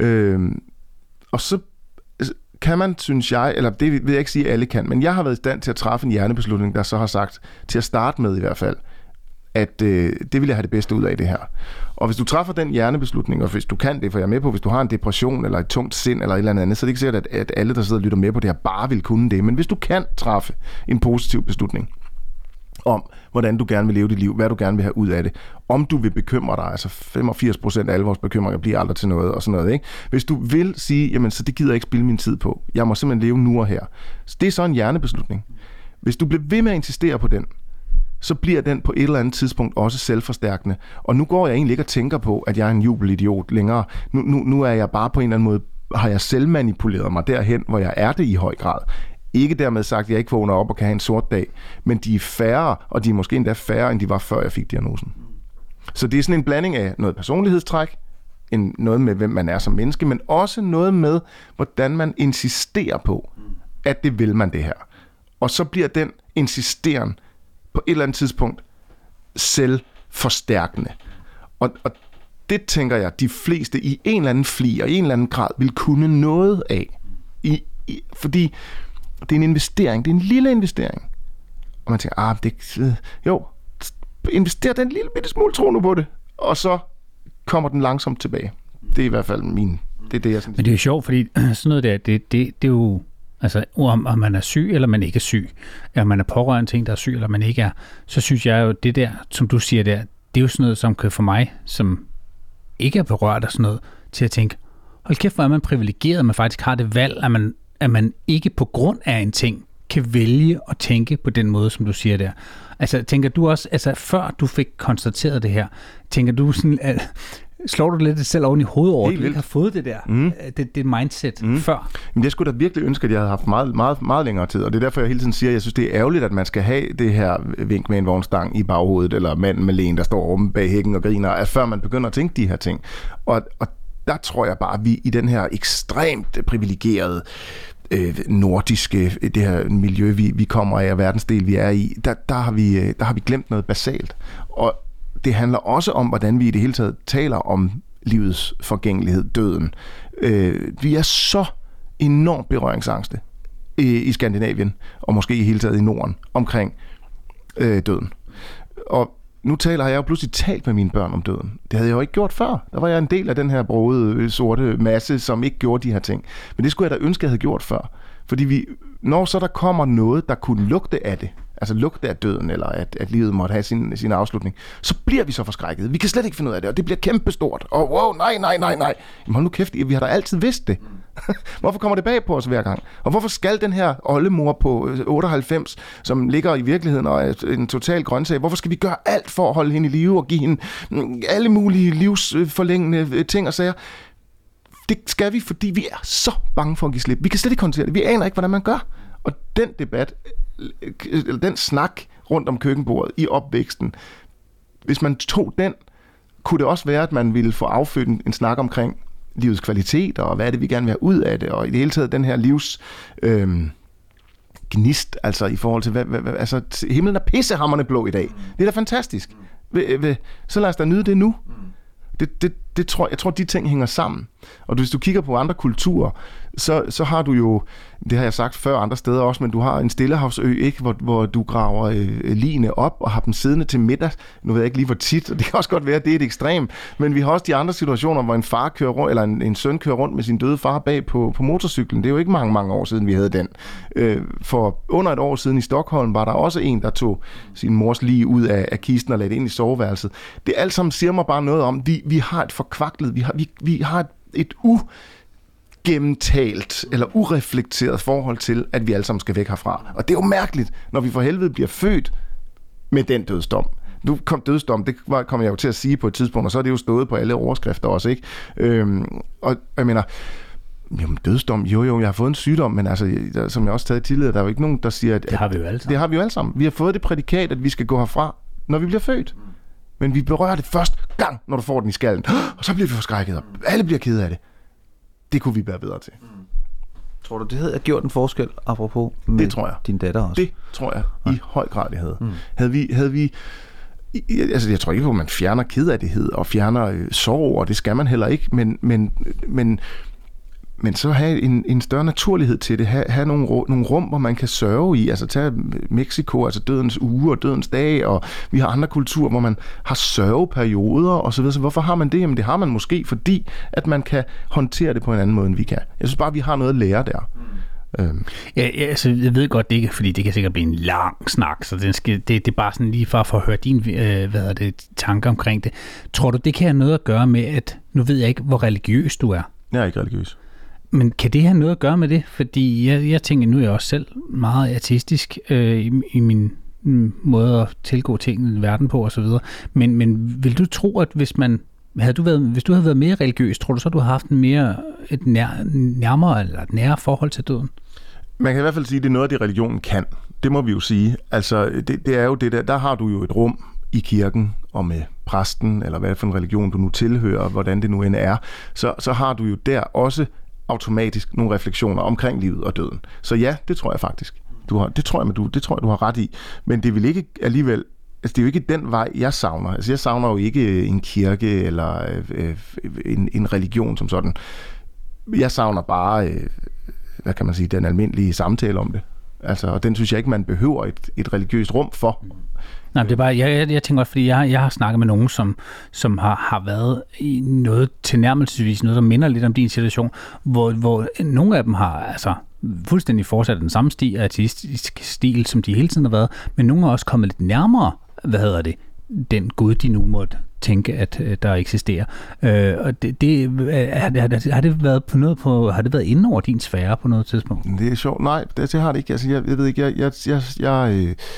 Og så kan man, synes jeg, eller det vil jeg ikke sige, at alle kan, men jeg har været i stand til at træffe en hjernebeslutning, der så har sagt, til at starte med i hvert fald, at det vil jeg have det bedste ud af det her. Og hvis du træffer den hjernebeslutning, og hvis du kan det, for jeg er med på, hvis du har en depression, eller et tungt sind, eller et eller andet, så er det ikke sikkert, at alle, der sidder og lytter med på det her, bare vil kunne det. Men hvis du kan træffe en positiv beslutning om, hvordan du gerne vil leve dit liv, hvad du gerne vil have ud af det, om du vil bekymre dig, altså 85% af alle vores bekymringer bliver aldrig til noget, og sådan noget, ikke? Hvis du vil sige, jamen så det gider jeg ikke spilde min tid på, jeg må simpelthen leve nu og her. Så det er så en hjernebeslutning. Hvis du bliver ved med at insistere på den, så bliver den på et eller andet tidspunkt også selvforstærkende. Og nu går jeg egentlig ikke og tænker på, at jeg er en jubelidiot længere. Nu er jeg bare på en eller anden måde, har jeg selv manipuleret mig derhen, hvor jeg er det i høj grad. Ikke dermed sagt, at jeg ikke vågner op og kan have en sort dag, men de er færre, og de er måske endda færre, end de var før jeg fik diagnosen. Så det er sådan en blanding af noget personlighedstræk, noget med, hvem man er som menneske, men også noget med, hvordan man insisterer på, at det vil man det her. Og så bliver den insisteren på et eller andet tidspunkt selvforstærkende. Og det tænker jeg, de fleste i en eller anden fli og i en eller anden grad vil kunne noget af. Fordi det er en investering, det er en lille investering. Og man tænker, invester den lille bitte smule tro nu på det, og så kommer den langsomt tilbage. Det er i hvert fald det er det, jeg synes. Men det er jo sjovt, fordi sådan noget der, det er jo, altså om man er syg, eller man ikke er syg, eller man er pårørende til en, der er syg, eller man ikke er, så synes jeg jo, det der, som du siger der, det er jo sådan noget, som kan for mig, som ikke er berørt af sådan noget, til at tænke, hold kæft, hvor er man privilegeret, at man faktisk har det valg, at man ikke på grund af en ting kan vælge at tænke på den måde, som du siger der. Altså, tænker du også, altså før du fik konstateret det her, tænker du sådan, slår du lidt selv oven i hovedet over, at du ikke har fået det der, det mindset før? Men jeg skulle da virkelig ønske, at jeg havde haft meget, meget, meget længere tid, og det er derfor, jeg hele tiden siger, at jeg synes, det er ærgerligt, at man skal have det her vink med en vognstang i baghovedet, eller manden med lægen, der står omme bag hækken og griner, at før man begynder at tænke de her ting. Og der tror jeg bare, at vi i den her ekstremt privilegerede nordiske, det her miljø, vi kommer af, og verdensdel, vi er i, der har vi glemt noget basalt. Og det handler også om, hvordan vi i det hele taget taler om livets forgængelighed, døden. Vi er så enormt berøringsangste i Skandinavien, og måske i hele taget i Norden, omkring døden. Og nu har jeg jo pludselig talt med mine børn om døden. Det havde jeg jo ikke gjort før. Der var jeg en del af den her brogede, sorte masse, som ikke gjorde de her ting. Men det skulle jeg da ønske, jeg havde gjort før. Fordi når så der kommer noget, der kunne lugte af det, altså lugte af døden, eller at livet måtte have sin afslutning, så bliver vi så forskrækket. Vi kan slet ikke finde ud af det, og det bliver kæmpestort. Og wow, nej. Jamen hold nu kæft, vi har da altid vidst det. Hvorfor kommer det bag på os hver gang? Og hvorfor skal den her oldemor på 98, som ligger i virkeligheden og er en total grøntsag, hvorfor skal vi gøre alt for at holde hende i live og give hende alle mulige livsforlængende ting og sager? Det skal vi, fordi vi er så bange for at give slip. Vi kan slet ikke håndtere det. Vi aner ikke, hvordan man gør. Og den debat, eller den snak rundt om køkkenbordet i opvæksten, hvis man tog den, kunne det også være, at man ville få affødt en snak omkring livets kvalitet, og hvad er det, vi gerne vil have ud af det, og i det hele taget den her livs gnist, altså i forhold til, altså himlen er pissehamrende blå i dag. Det er da fantastisk. Så lad os da nyde det nu. Jeg tror, de ting hænger sammen. Og hvis du kigger på andre kulturer, så har du jo, det har jeg sagt før andre steder også, men du har en stillehavsø, ikke, hvor du graver ligene op og har dem siddende til middag. Nu ved jeg ikke lige, hvor tit, og det kan også godt være, at det er et ekstrem, men vi har også de andre situationer, hvor en far kører rundt, eller en søn kører rundt med sin døde far bag på motorcyklen. Det er jo ikke mange år siden, vi havde den. For under et år siden i Stockholm var der også en, der tog sin mors lig ud af kisten og lagde det ind i soveværelset. Det alt sammen siger mig bare noget om, vi har et forkvaklet, vi har et ugennemtalt eller ureflekteret forhold til, at vi alle sammen skal væk herfra. Og det er jo mærkeligt, når vi for helvede bliver født med den dødsdom. Nu kom dødsdom, det kom jeg jo til at sige på et tidspunkt, og så er det jo stået på alle overskrifter også, ikke? Og jeg mener, jamen dødsdom, jo, jeg har fået en sygdom, men altså, som jeg også taget tidligere, der er jo ikke nogen, der siger, at det har vi jo alle sammen. Det har vi jo alle sammen. Vi har fået det prædikat, at vi skal gå herfra, når vi bliver født. Men vi berører det først gang, når du får den i skallen. Og så bliver vi forskrækket, og alle bliver ked af det. Det kunne vi være bedre til. Tror du, det havde gjort en forskel, apropos med det tror jeg. Din datter også? Det tror jeg i høj grad, det havde. Havde vi altså, jeg tror ikke på, at man fjerner kedelighed og fjerner sorg, og det skal man heller ikke, men så have en større naturlighed til det, have nogle rum, hvor man kan sørge i, altså tage Mexico, altså dødens uge og dødens dag, og vi har andre kulturer, hvor man har sørgeperioder og så videre. Så hvorfor har man det? Jamen det har man måske, fordi at man kan håndtere det på en anden måde, end vi kan. Jeg synes bare, vi har noget at lære der. Ja, altså, jeg ved godt, det ikke, fordi det kan sikkert blive en lang snak, så det er bare sådan lige for at høre dine tanker omkring det. Tror du, det kan have noget at gøre med, at nu ved jeg ikke, hvor religiøs du er? Jeg er ikke religiøs. Men kan det have noget at gøre med det? Fordi jeg tænker, nu er jeg også selv meget ateistisk i min måde at tilgå tingene i verden på osv. Men vil du tro, at hvis du havde været mere religiøs, tror du så, du har haft et nærmere eller et nære forhold til døden? Man kan i hvert fald sige, at det er noget, det religionen kan. Det må vi jo sige. Altså, det er jo det der har du jo et rum i kirken, og med præsten, eller hvad for en religion du nu tilhører, hvordan det nu end er, så har du jo der også automatisk nogle refleksioner omkring livet og døden. Så ja, det tror jeg faktisk. Det tror jeg, du har ret i. Men det vil ikke alligevel, altså det er jo ikke den vej, jeg savner. Altså jeg savner jo ikke en kirke eller en religion som sådan. Jeg savner bare, hvad kan man sige, den almindelige samtale om det. Altså, og den synes jeg ikke, man behøver et religiøst rum for. Nej, det er bare, jeg tænker godt, fordi jeg har snakket med nogen, som har været i noget tilnærmelsesvis, noget, der minder lidt om din situation, hvor nogle af dem har altså fuldstændig fortsat den samme artistisk stil, som de hele tiden har været, men nogle er også kommet lidt nærmere, den Gud, de nu måtte tænke, at der eksisterer. Og har det været på noget har det været inde over din sfære på noget tidspunkt? Det er sjovt. Nej, det har det ikke. Altså, jeg ved ikke,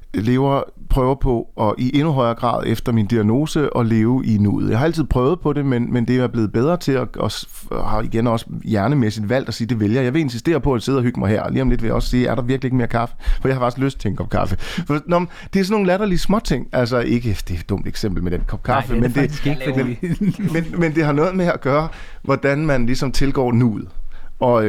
prøver på at i endnu højere grad efter min diagnose at leve i nuet. Jeg har altid prøvet på det, men det er jeg blevet bedre til, og har igen også hjernemæssigt valgt at sige, det vælger. Jeg vil insistere på at sidde og hygge mig her. Lige om lidt vil jeg også sige, er der virkelig ikke mere kaffe? For jeg har faktisk lyst til en kop kaffe. For, det er sådan nogle latterlige småting. Altså ikke, det er et dumt eksempel med den kop kaffe, nej, men det har noget med at gøre, hvordan man ligesom tilgår nuet. Og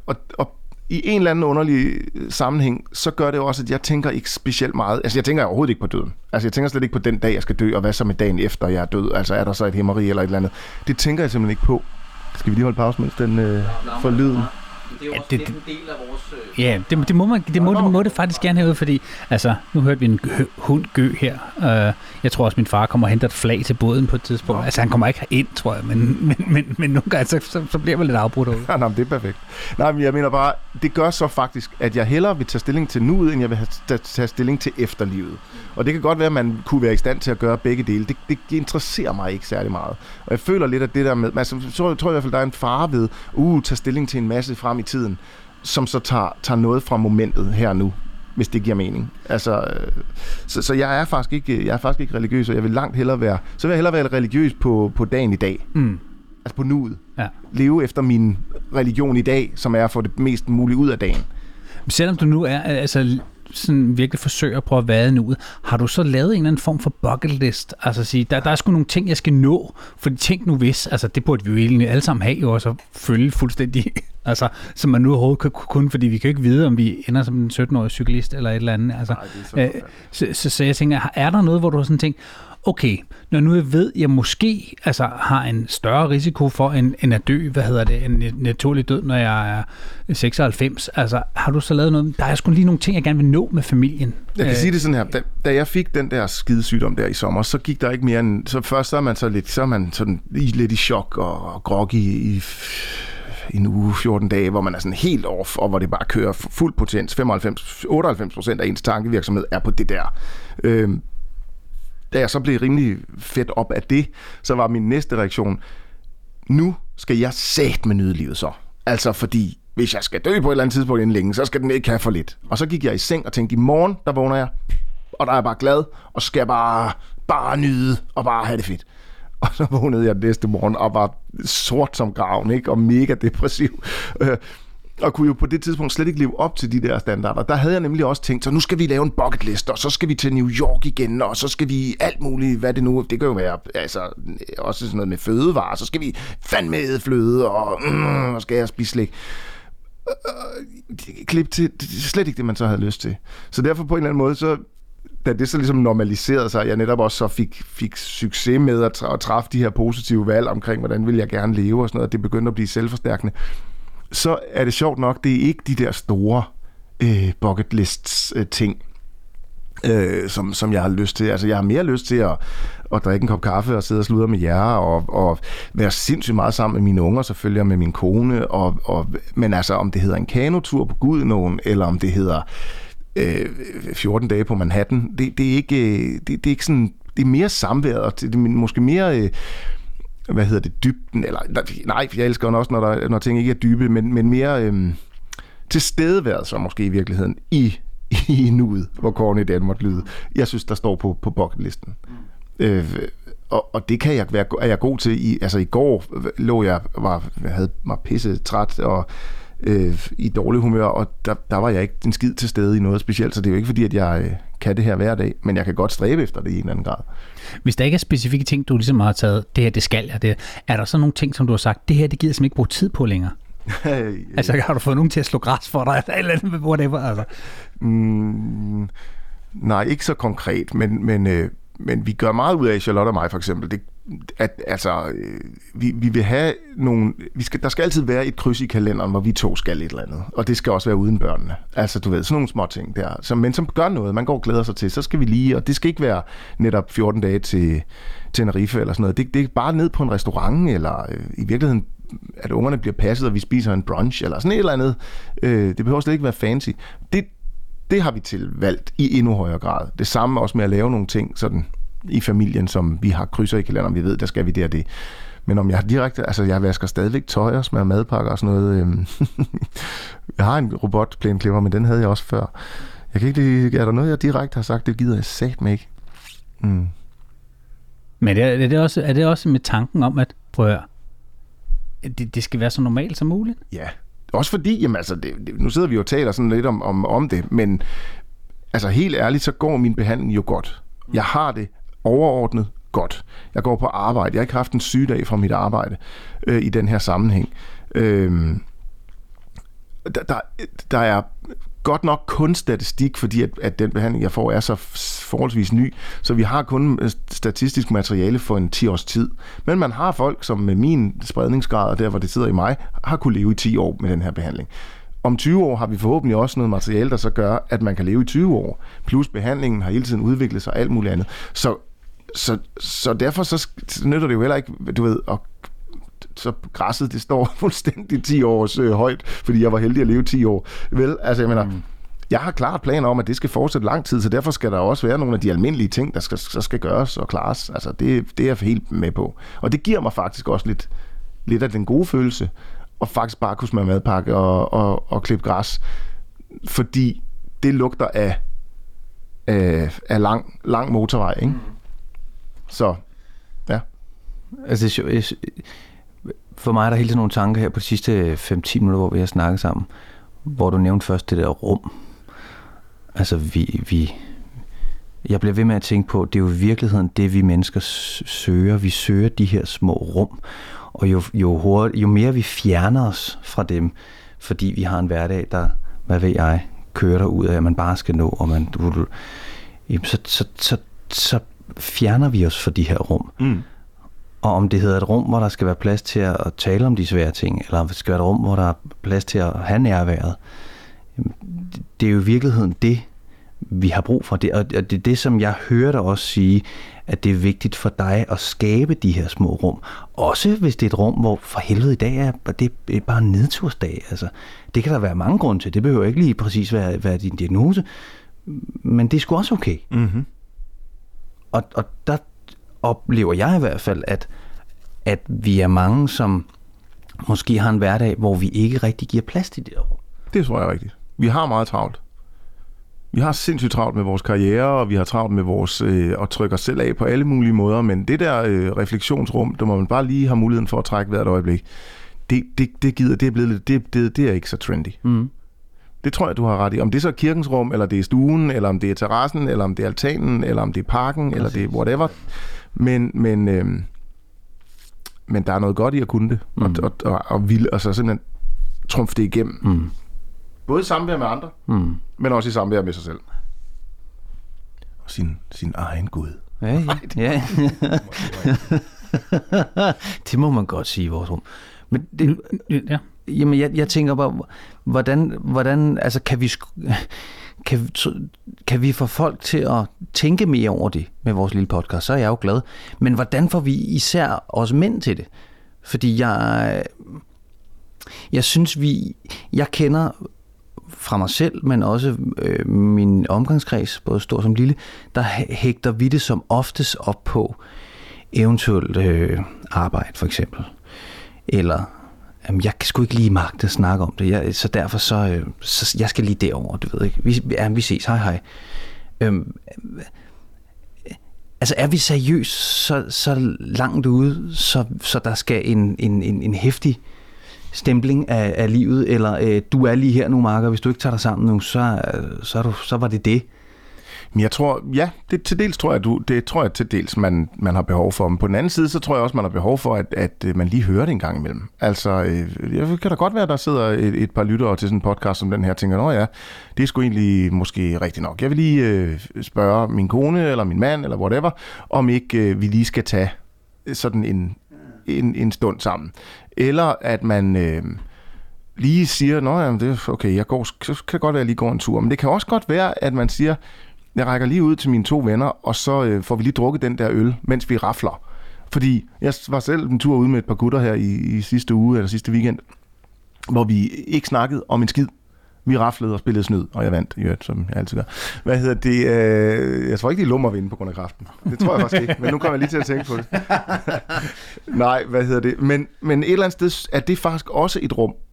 i en eller anden underlig sammenhæng, så gør det jo også, at jeg tænker ikke specielt meget. Altså, jeg tænker overhovedet ikke på døden. Altså, jeg tænker slet ikke på den dag, jeg skal dø, og hvad så med dagen efter, jeg er død. Altså, er der så et hæmmeri eller et eller andet. Det tænker jeg simpelthen ikke på. Skal vi lige holde pause, mens den får lyden? Det er jo også en del af vores... Ja, det må det faktisk gerne have, fordi altså, nu hørte vi en hund gø her. Jeg tror også, min far kommer og henter et flag til båden på et tidspunkt. Altså, han kommer ikke ind, tror jeg, men nogle gange, så bliver man lidt afbrudt ud. Ja, nej, det er perfekt. Nej, men jeg mener bare, det gør så faktisk, at jeg hellere vil tage stilling til nuet, end jeg vil tage stilling til efterlivet. Og det kan godt være, at man kunne være i stand til at gøre begge dele. Det interesserer mig ikke særlig meget. Og jeg føler lidt, at det der med... Altså, så tror jeg i hvert fald, der er en fare ved tage stilling til en masse frem i tiden, som så tager noget fra momentet her nu, hvis det giver mening. Altså, så jeg er faktisk ikke religiøs, og jeg vil langt hellere være... Så vil jeg hellere være religiøs på dagen i dag. Mm. Altså på nuet. Ja. Leve efter min religion i dag, som er at få det mest muligt ud af dagen. Selvom du nu er... Altså sådan virkelig forsøger at prøve at vade nuet, har du så lavet en eller anden form for bucket list? Altså sige, der er sgu nogle ting, jeg skal nå, fordi tænk nu hvis, altså det burde vi jo egentlig alle sammen have jo, og så følge fuldstændig, altså som man nu overhovedet kan kunne, fordi vi kan jo ikke vide, om vi ender som en 17-årig cyklist eller et eller andet. Altså, så jeg tænker, er der noget, hvor du har sådan tænkt, okay, når nu jeg ved, jeg måske har en større risiko for end at dø, en naturlig død, når jeg er 96, altså har du så lavet noget, der er sgu lige nogle ting, jeg gerne vil nå med familien. Jeg kan sige det sådan her, da jeg fik den der skidesygdom der i sommer, så gik der ikke mere end, så først så er man lidt i chok og groggy i en uge, 14 dage, hvor man er sådan helt off, og hvor det bare kører fuld potens, 98% af ens tankevirksomhed er på det der. Da jeg så blev rimelig fedt op af det, så var min næste reaktion, nu skal jeg satme nyde livet så. Altså fordi, hvis jeg skal dø på et eller andet tidspunkt inden længe, så skal den ikke have for lidt. Og så gik jeg i seng og tænkte, i morgen, der vågner jeg, og der er jeg bare glad, og skal bare nyde, og bare have det fedt. Og så vågnede jeg næste morgen, og var sort som graven, ikke? Og mega depressiv. Og kunne jo på det tidspunkt slet ikke leve op til de der standarder. Der havde jeg nemlig også tænkt, så nu skal vi lave en bucket list, og så skal vi til New York igen, og så skal vi alt muligt, hvad det nu... Det kan jo være også sådan noget med fødevarer, så skal vi fandme æde fløde, og skal jeg spise slik. Klip til slet ikke det, man så havde lyst til. Så derfor på en eller anden måde, så da det så ligesom normaliserede sig, jeg netop også så fik succes med at træffe de her positive valg omkring, hvordan vil jeg gerne leve og sådan noget, det begyndte at blive selvforstærkende. Så er det sjovt nok, det er ikke de der store bucket lists ting, som jeg har lyst til. Altså, jeg har mere lyst til at drikke en kop kaffe og sidde og sludre med jer, og være sindssygt meget sammen med mine unger, selvfølgelig, og med min kone, men altså, om det hedder en kanotur på Gudenåen, eller om det hedder 14 dage på Manhattan, det er ikke sådan, det er mere samværet, og det er måske mere... dybden, eller nej, jeg elsker også, når ting ikke er dybe, men mere tilstedeværelse måske i virkeligheden i nuet, hvor kornet i Danmark lyder. Jeg synes, der står på bucketlisten. Og det er jeg god til. I går lå jeg havde mig pisse træt og i dårlig humør, og der var jeg ikke en skid til stede i noget specielt, så det er jo ikke fordi, at jeg kan det her hver dag, men jeg kan godt stræbe efter det i en eller anden grad. Hvis der ikke er specifikke ting, du ligesom har taget, det her, det skal jeg, er der så nogle ting, som du har sagt, det her, det gider jeg simpelthen ikke bruge tid på længere? Altså, har du fået nogen til at slå græs for dig, eller andet med whatever, altså? Nej, ikke så konkret, men vi gør meget ud af, Charlotte og mig for eksempel, vi vil have nogle... Der skal altid være et kryds i kalenderen, hvor vi to skal et eller andet. Og det skal også være uden børnene. Altså, du ved, sådan nogle små ting der. Men som gør noget, man går og glæder sig til, så skal vi lige... Og det skal ikke være netop 14 dage til Tenerife eller sådan noget. Det er bare ned på en restaurant, eller i virkeligheden, at ungerne bliver passet, og vi spiser en brunch, eller sådan et eller andet. Det behøver slet ikke være fancy. Det har vi tilvalgt i endnu højere grad. Det samme også med at lave nogle ting sådan i familien, som vi har krydser i kalenderen, vi ved, der skal vi det og det. Men om jeg direkte, altså jeg vasker stadigvæk tøj og smager madpakker og sådan noget. Jeg har en robotplæneklipper, men den havde jeg også før. Jeg kan ikke... Er der noget, jeg direkte har sagt, det gider jeg satme ikke. Men er det også med tanken om, at prøv at høre, det skal være så normalt som muligt? Ja, også fordi, jamen altså, nu sidder vi jo og taler sådan lidt om det, men altså helt ærligt, så går min behandling jo godt. Jeg har det overordnet godt. Jeg går på arbejde. Jeg har ikke haft en sygedag fra mit arbejde i den her sammenhæng. Der er godt nok kun statistik, fordi at den behandling, jeg får, er så forholdsvis ny, så vi har kun statistisk materiale for en 10 års tid. Men man har folk, som med min spredningsgrad, og der hvor det sidder i mig, har kunne leve i 10 år med den her behandling. Om 20 år har vi forhåbentlig også noget materiale, der så gør, at man kan leve i 20 år. Plus behandlingen har hele tiden udviklet sig og alt muligt andet. Så derfor så nytter det jo heller ikke, du ved, så græsset, det står fuldstændig 10 års højt, fordi jeg var heldig at leve 10 år. Vel, altså jeg mener, jeg har klart planer om, at det skal fortsætte lang tid, så derfor skal der også være nogle af de almindelige ting, der skal gøres og klares. Altså det er jeg helt med på. Og det giver mig faktisk også lidt af den gode følelse, og faktisk bare kunne smøre madpakke og klippe græs, fordi det lugter af lang motorvej, ikke? Så, ja. Altså, for mig er der hele tiden nogle tanker her på de sidste 5-10 minutter, hvor vi har snakket sammen, hvor du nævnte først det der rum. Altså, jeg bliver ved med at tænke på, det er jo i virkeligheden det, vi mennesker søger. Vi søger de her små rum, og jo mere vi fjerner os fra dem, fordi vi har en hverdag, der, hvad ved jeg, kører derud af, at man bare skal nå, og så fjerner vi os fra de her rum. Og om det hedder et rum, hvor der skal være plads til at tale om de svære ting, eller om det skal være et rum, hvor der er plads til at have nærværet, det er jo i virkeligheden det, vi har brug for. Og det er det, som jeg hører dig også sige, at det er vigtigt for dig at skabe de her små rum. Også hvis det er et rum, hvor for helvede i dag er det er bare en nedtursdag. Altså, det kan der være mange grunde til. Det behøver ikke lige præcis være din diagnose, men det er sgu også okay. Mm-hmm. Og der oplever jeg i hvert fald, at vi er mange, som måske har en hverdag, hvor vi ikke rigtig giver plads til det der rum. Det tror jeg er rigtigt. Vi har meget travlt. Vi har sindssygt travlt med vores karriere, og vi har travlt med vores at trykke os selv af på alle mulige måder, men det der refleksionsrum, der må man bare lige have muligheden for at trække hvert øjeblik, det er ikke så trendy. Mm. Det tror jeg, du har ret i. Om det er så kirkens rum, eller det er stuen, eller om det er terrassen, eller om det er altanen, eller om det er parken, eller det er whatever. Men der er noget godt i at kunne det, og ville, altså simpelthen trumfe det igennem. Mm. Både i samvær med andre, men også i samvær med sig selv. Og sin egen Gud. Ja. Det må man godt sige i vores rum. Men det, ja. Jamen, jeg tænker bare, hvordan altså kan vi få folk til at tænke mere over det med vores lille podcast, så er jeg jo glad. Men hvordan får vi især os mænd til det? Fordi jeg synes, jeg kender fra mig selv, men også min omgangskreds, både stor som lille, der hægter vi det som oftest op på eventuelt arbejde, for eksempel. Eller jeg kan sgu ikke lige magte at snakke om det, så derfor så jeg skal lige derover, du ved ikke. Vi ses, hej. Altså er vi seriøst så langt ude, så der skal en heftig stempling af livet, eller du er lige her nu, Marker, hvis du ikke tager dig sammen nu, så var det. Men jeg tror, ja, det til dels tror jeg til dels, man har behov for. Men på den anden side, så tror jeg også, man har behov for, at man lige hører det en gang imellem. Altså, jeg kan da godt være, der sidder et par lyttere til sådan en podcast som den her, og tænker, ja, det er sgu egentlig måske rigtigt nok. Jeg vil lige spørge min kone, eller min mand, eller whatever, om ikke vi lige skal tage sådan en stund sammen. Eller at man lige siger, jamen det er okay, så kan det godt være, at jeg lige går en tur. Men det kan også godt være, at man siger, jeg rækker lige ud til mine 2 venner, og så får vi lige drukket den der øl, mens vi rafler. Fordi jeg var selv en tur ude med et par gutter her i sidste uge, eller sidste weekend, hvor vi ikke snakkede om en skid. Vi raflede og spillede snyd, og jeg vandt, som jeg altid gør. Jeg tror ikke, de lummer vinde på grund af kraften. Det tror jeg faktisk ikke, men nu kommer jeg lige til at tænke på det. Nej, Men et eller andet sted er det faktisk også et rum,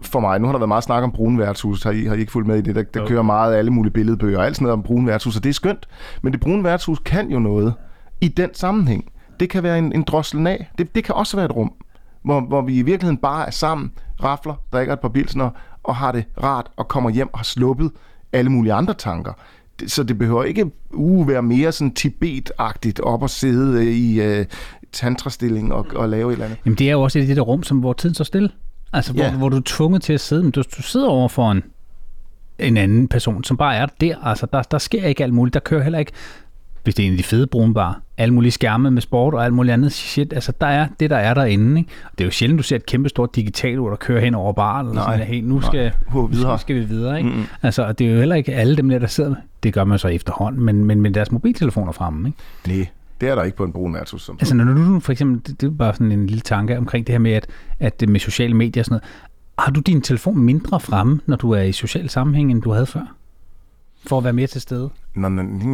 for mig. Nu har der været meget snak om brune værtshus. Har I ikke fulgt med i det? Der kører meget alle mulige billedbøger og alt sådan noget om brune værtshus, og det er skønt. Men det brune værtshus kan jo noget i den sammenhæng. Det kan være en drossel af. Det kan også være et rum, hvor vi i virkeligheden bare er sammen, rafler, drikker et par pilsner og har det rart og kommer hjem og har sluppet alle mulige andre tanker. Så det behøver ikke være mere sådan Tibet-agtigt op og sidde i tantrastilling og lave et eller andet. Jamen det er jo også det der rum, hvor tiden står stille. Altså hvor du er tvunget til at sidde, men du sidder over for en anden person, som bare er der. Altså der sker ikke alt muligt. Der kører heller ikke, hvis det er en af de fede brunbarer, alle mulige skærme med sport og alt muligt andet shit. Altså der er det, der er derinde. Ikke? Det er jo sjældent, du ser et kæmpe stort digitalur, der kører hen over baren. Eller sådan, hey, nu skal vi videre. Ikke? Mm-hmm. Altså, det er jo heller ikke alle dem der sidder med. Det gør man så efterhånden, men deres mobiltelefoner fremme. Ikke? Nej, det er der ikke på en brun værtshus. Altså når du for eksempel, det er bare sådan en lille tanke omkring det her med, at med sociale medier og sådan noget. Har du din telefon mindre fremme, når du er i social sammenhæng, end du havde før? For at være mere til stede? Fordi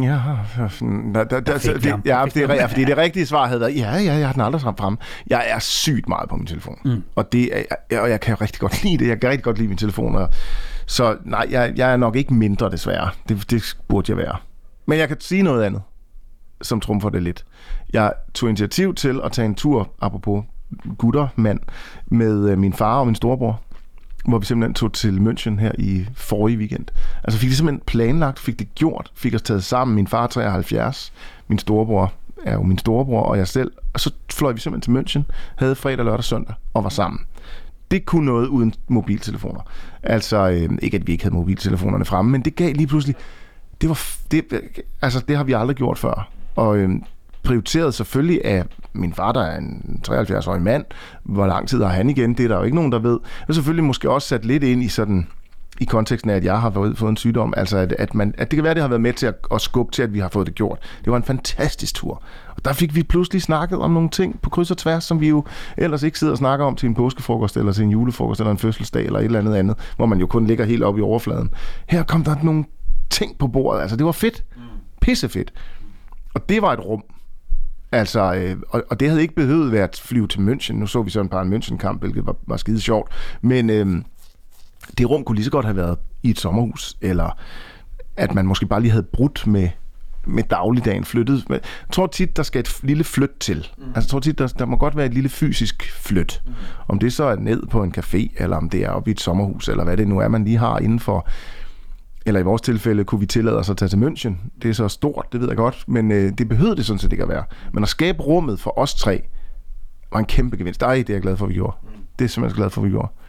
det rigtige svar havde været, jeg har den aldrig fremme. Jeg er sygt meget på min telefon. Og jeg kan rigtig godt lide det. Jeg kan rigtig godt lide min telefon. Så nej, jeg er nok ikke mindre, desværre. Det burde jeg være. Men jeg kan sige noget andet, som trumfer det lidt. Jeg tog initiativ til at tage en tur, apropos mand, med min far og min storebror, hvor vi simpelthen tog til München her i forrige weekend. Altså fik det simpelthen planlagt, fik det gjort, fik os taget sammen. Min far er 73, min storebror er jo min storebror og jeg selv. Og så fløj vi simpelthen til München, havde fredag, lørdag, søndag og var sammen. Det kunne noget uden mobiltelefoner. Altså ikke at vi ikke havde mobiltelefonerne fremme, men det gav lige pludselig, det har vi aldrig gjort før. Og prioriteret selvfølgelig af min far, der er en 73-årig mand. Hvor lang tid har han igen? Det er der jo ikke nogen, der ved. Og selvfølgelig måske også sat lidt ind i konteksten af, at jeg har fået en sygdom. Altså, at det kan være, det har været med til at skubbe til, at vi har fået det gjort. Det var en fantastisk tur. Og der fik vi pludselig snakket om nogle ting på kryds og tværs, som vi jo ellers ikke sidder og snakker om til en påskefrokost, eller til en julefrokost, eller en fødselsdag, eller et eller andet, hvor man jo kun ligger helt oppe i overfladen. Her kom der nogle ting på bordet. Altså, det var fedt. Pissefedt. Og det var et rum. Altså, og det havde ikke behøvet være at flyve til München. Nu så vi så en Bayern München-kamp, hvilket var skide sjovt. Men det rum kunne lige så godt have været i et sommerhus, eller at man måske bare lige havde brudt med dagligdagen flyttet. Jeg tror tit, der skal et lille flyt til. Altså, jeg tror tit, der må godt være et lille fysisk flyt. Om det så er ned på en café, eller om det er oppe i et sommerhus, eller hvad det nu er, man lige har inden for. Eller i vores tilfælde kunne vi tillade os at tage til München. Det er så stort, det ved jeg godt, men det behøvede det sådan set ikke at være. Men at skabe rummet for os tre var en kæmpe gevinst. Det er jeg glad for, at vi gjorde. Det er simpelthen glad for, at vi gjorde.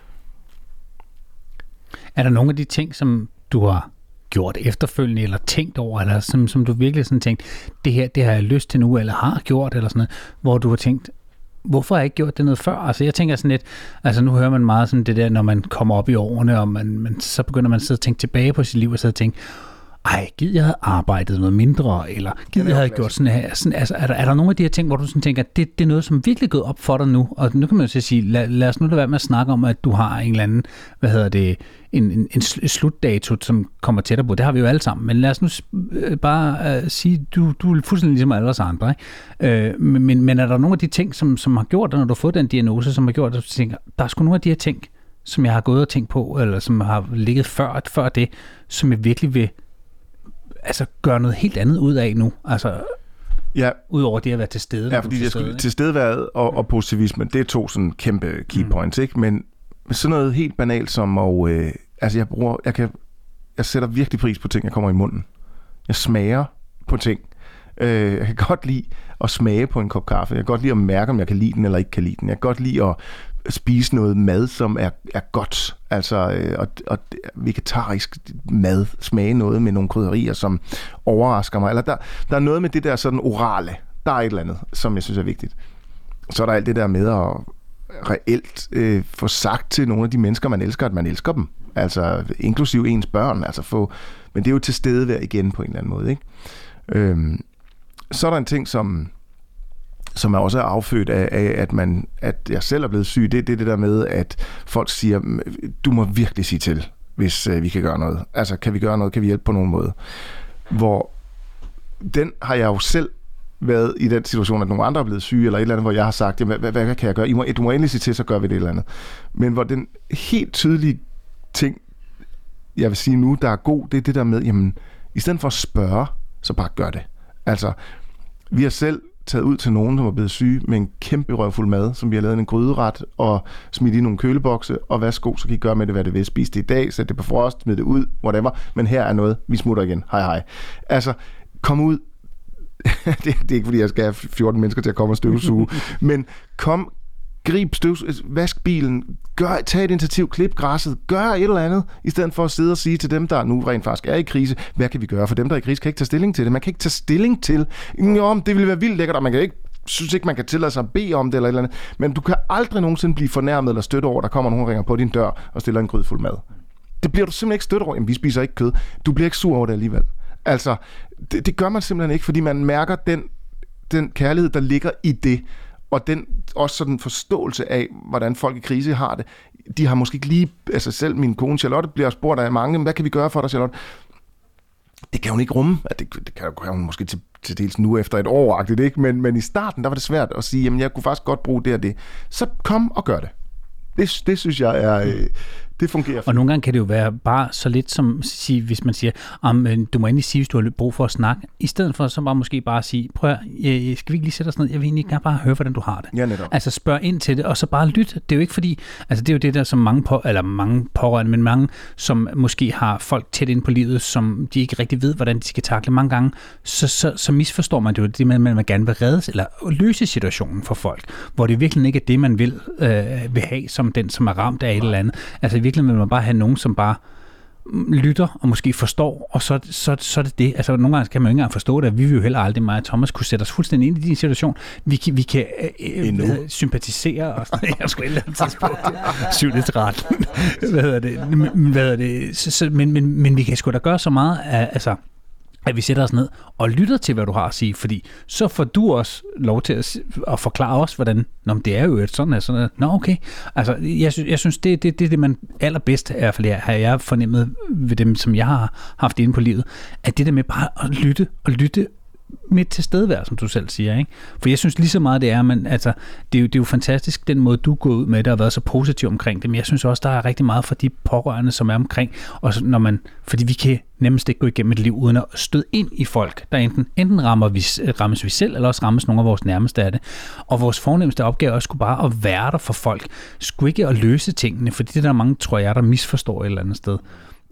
Er der nogle af de ting, som du har gjort efterfølgende, eller tænkt over, eller som du virkelig sådan tænkt, det her, det har jeg lyst til nu, eller har gjort, eller sådan noget, hvor du har tænkt, hvorfor har jeg ikke gjort det noget før? Altså jeg tænker sådan lidt, altså nu hører man meget sådan det der, når man kommer op i årene, og så begynder man at sidde og tænke tilbage på sit liv, og sidde og tænke, gid jeg havde arbejdet noget mindre, eller gid jeg havde gjort sådan her. Sådan, altså, er der nogle af de her ting, hvor du sådan tænker, at det er noget, som virkelig er gået op for dig nu? Og nu kan man jo sige, lad os nu lade være med at snakke om, at du har en eller anden, en slutdato, som kommer tættere på. Det har vi jo alle sammen. Men lad os nu bare sige, du er fuldstændig ligesom alle os andre. Ikke? Men er der nogle af de ting, som har gjort dig, når du har fået den diagnose, som har gjort, at du tænker, der er sgu nogle af de her ting, som jeg har gået og tænkt på, eller som har ligget før det, som jeg virkelig vil gøre noget helt andet ud af nu. Altså, udover det at være til stede. Ja, fordi tilstedeværet og positivisme, det er to sådan kæmpe key points, ikke? Men sådan noget helt banalt som, jeg sætter virkelig pris på ting, jeg kommer i munden. Jeg smager på ting. Jeg kan godt lide at smage på en kop kaffe. Jeg kan godt lide at mærke, om jeg kan lide den eller ikke kan lide den. Jeg kan godt lide at spise noget mad, som er godt. Altså, og vegetarisk mad, smage noget med nogle krydderier, som overrasker mig. Eller der er noget med det der sådan orale. Der er et eller andet, som jeg synes er vigtigt. Så er der alt det der med at reelt få sagt til nogle af de mennesker, man elsker, at man elsker dem. Altså, inklusiv ens børn. Altså men det er jo til stedevær igen på en eller anden måde, ikke? Så er der en ting, som er også affødt af, at jeg selv er blevet syg. Det er det der med, at folk siger, du må virkelig sige til, hvis vi kan gøre noget. Altså, kan vi gøre noget? Kan vi hjælpe på nogen måde? Hvor den har jeg jo selv været i den situation, at nogle andre er blevet syge, eller et eller andet, hvor jeg har sagt, jamen, hvad kan jeg gøre? Du må endelig sige til, så gør vi det eller andet. Men hvor den helt tydelige ting, jeg vil sige nu, der er god, det er det der med, jamen, i stedet for at spørge, så bare gør det. Altså, vi har selv taget ud til nogen, som er blevet syge, med en kæmpe røvfuld mad, som vi har lavet en gryderet, og smidt i nogle kølebokse, og værsgo, så kan I gøre med det, hvad det vil. Spise det i dag, sæt det på frost, smid det ud, whatever. Men her er noget, vi smutter igen. Hej. Altså, kom ud. det er ikke, fordi jeg skal have 14 mennesker til at komme og støvsuge, men grib vask bilen, tag et initiativ, klip græsset, gør et eller andet, i stedet for at sidde og sige til dem, der nu rent faktisk er i krise, hvad kan vi gøre? For dem, der er i krise, kan ikke tage stilling til det. Man kan ikke tage stilling til, det ville være vildt lækkert, og man kan ikke, synes ikke, man kan tillade sig at bede om det eller et eller andet, men du kan aldrig nogensinde blive fornærmet eller støtte over, der kommer nogen, der ringer på din dør og stiller en grydfuld mad. Det bliver du simpelthen ikke støtte over. Jamen, vi spiser ikke kød. Du bliver ikke sur over det alligevel. Altså, det gør man simpelthen ikke, fordi man mærker den kærlighed, der ligger i det, og den også sådan forståelse af, hvordan folk i krise har det. De har måske ikke lige, altså selv min kone Charlotte bliver spurgt af mange, hvad kan vi gøre for dig, Charlotte? Det kan hun ikke rumme. Det kan hun måske til dels nu efter et år-agtigt, ikke? Men i starten, der var det svært at sige, jamen jeg kunne faktisk godt bruge det og det. Så kom og gør det. Det synes jeg er... Det fungerer. Og nogle gange kan det jo være bare så lidt som, hvis man siger, du må endelig sige, hvis du har brug for at snakke, i stedet for så måske bare sige, prøv at, skal vi ikke lige sætte os ned? Jeg vil egentlig gerne bare høre, hvordan du har det. Ja, netop. Altså spørg ind til det, og så bare lyt. Det er jo ikke fordi, altså det er jo det der, som mange pårørende, men mange, som måske har folk tæt ind på livet, som de ikke rigtig ved, hvordan de skal takle mange gange, så misforstår man det jo, det med, at man gerne vil redde eller løse situationen for folk, hvor det virkelig ikke er det, man vil have, som den, som er ramt af et eller andet. Altså i virkeligheden vil man bare have nogen, som bare lytter og måske forstår, og så er det det. Altså nogle gange kan man jo ikke engang forstå det, vi vil jo heller aldrig, mig og Thomas, kunne sætte os fuldstændig ind i din situation. Vi kan sympatisere og sådan. Jeg skulle ellers tidspunkt. 7. Men vi kan sgu da gøre så meget, at vi sætter os ned og lytter til, hvad du har at sige, fordi så får du også lov til at forklare os, hvordan, det er jo et sådan. Okay. Altså, jeg synes, det er det, man allerbedst, i hvert fald har jeg fornemmet ved dem, som jeg har haft inde på livet, at det der med bare at lytte med tilstedevær, som du selv siger, ikke? For jeg synes lige så meget, det er, men altså, det er jo fantastisk, den måde, du går ud med det, og har været så positiv omkring det, men jeg synes også, der er rigtig meget for de pårørende, som er omkring, og fordi vi kan nemmest ikke gå igennem et liv, uden at støde ind i folk, der enten rammes vi selv, eller også rammes nogle af vores nærmeste af det. Og vores fornemmeste opgave er skulle bare at være der for folk, skulle ikke at løse tingene, fordi det der mange, tror jeg, der misforstår et eller andet sted.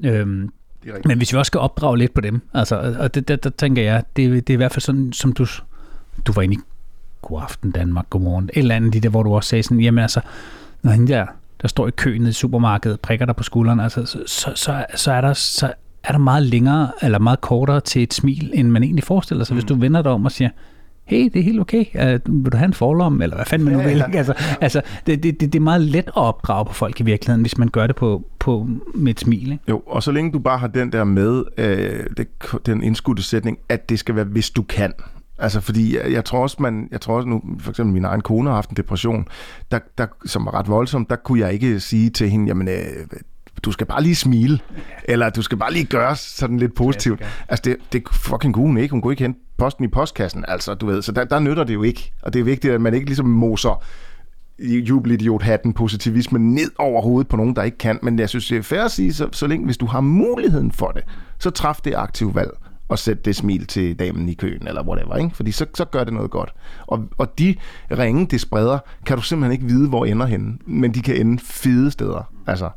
Men hvis vi også skal opdrage lidt på dem, altså, og der tænker jeg, det er i hvert fald sådan, som du var inde i God aften Danmark, godmorgen, et eller andet, hvor du også sagde sådan, jamen altså, når hende der står i køen nede i supermarkedet, prikker der på skulderen, altså, så er der meget længere, eller meget kortere til et smil, end man egentlig forestiller sig, hvis du vender dig om og siger, hey, det er helt okay, vil du have en forlom, eller hvad fanden man nu vil. Altså, det er meget let at opdrage på folk i virkeligheden, hvis man gør det på med et smil. Ikke? Jo, og så længe du bare har den der med, den indskudte sætning, at det skal være, hvis du kan. Altså, fordi jeg tror også nu, for eksempel min egen kone har haft en depression, der, som var ret voldsom, der kunne jeg ikke sige til hende, jamen, du skal bare lige smile, eller du skal bare lige gøre sådan lidt positivt. Altså, det fucking kunne hun ikke. Hun kunne ikke hente posten i postkassen, altså, du ved. Så der nytter det jo ikke. Og det er vigtigt, at man ikke ligesom moser jubelidiot-hatten, positivismen ned over hovedet på nogen, der ikke kan. Men jeg synes, det er fair at sige, så længe, hvis du har muligheden for det, så træf det aktive valg og sæt det smil til damen i køen, eller whatever, ikke? Fordi så gør det noget godt. Og de ringe, det spreder, kan du simpelthen ikke vide, hvor ender henne. Men de kan ende fede steder. Altså,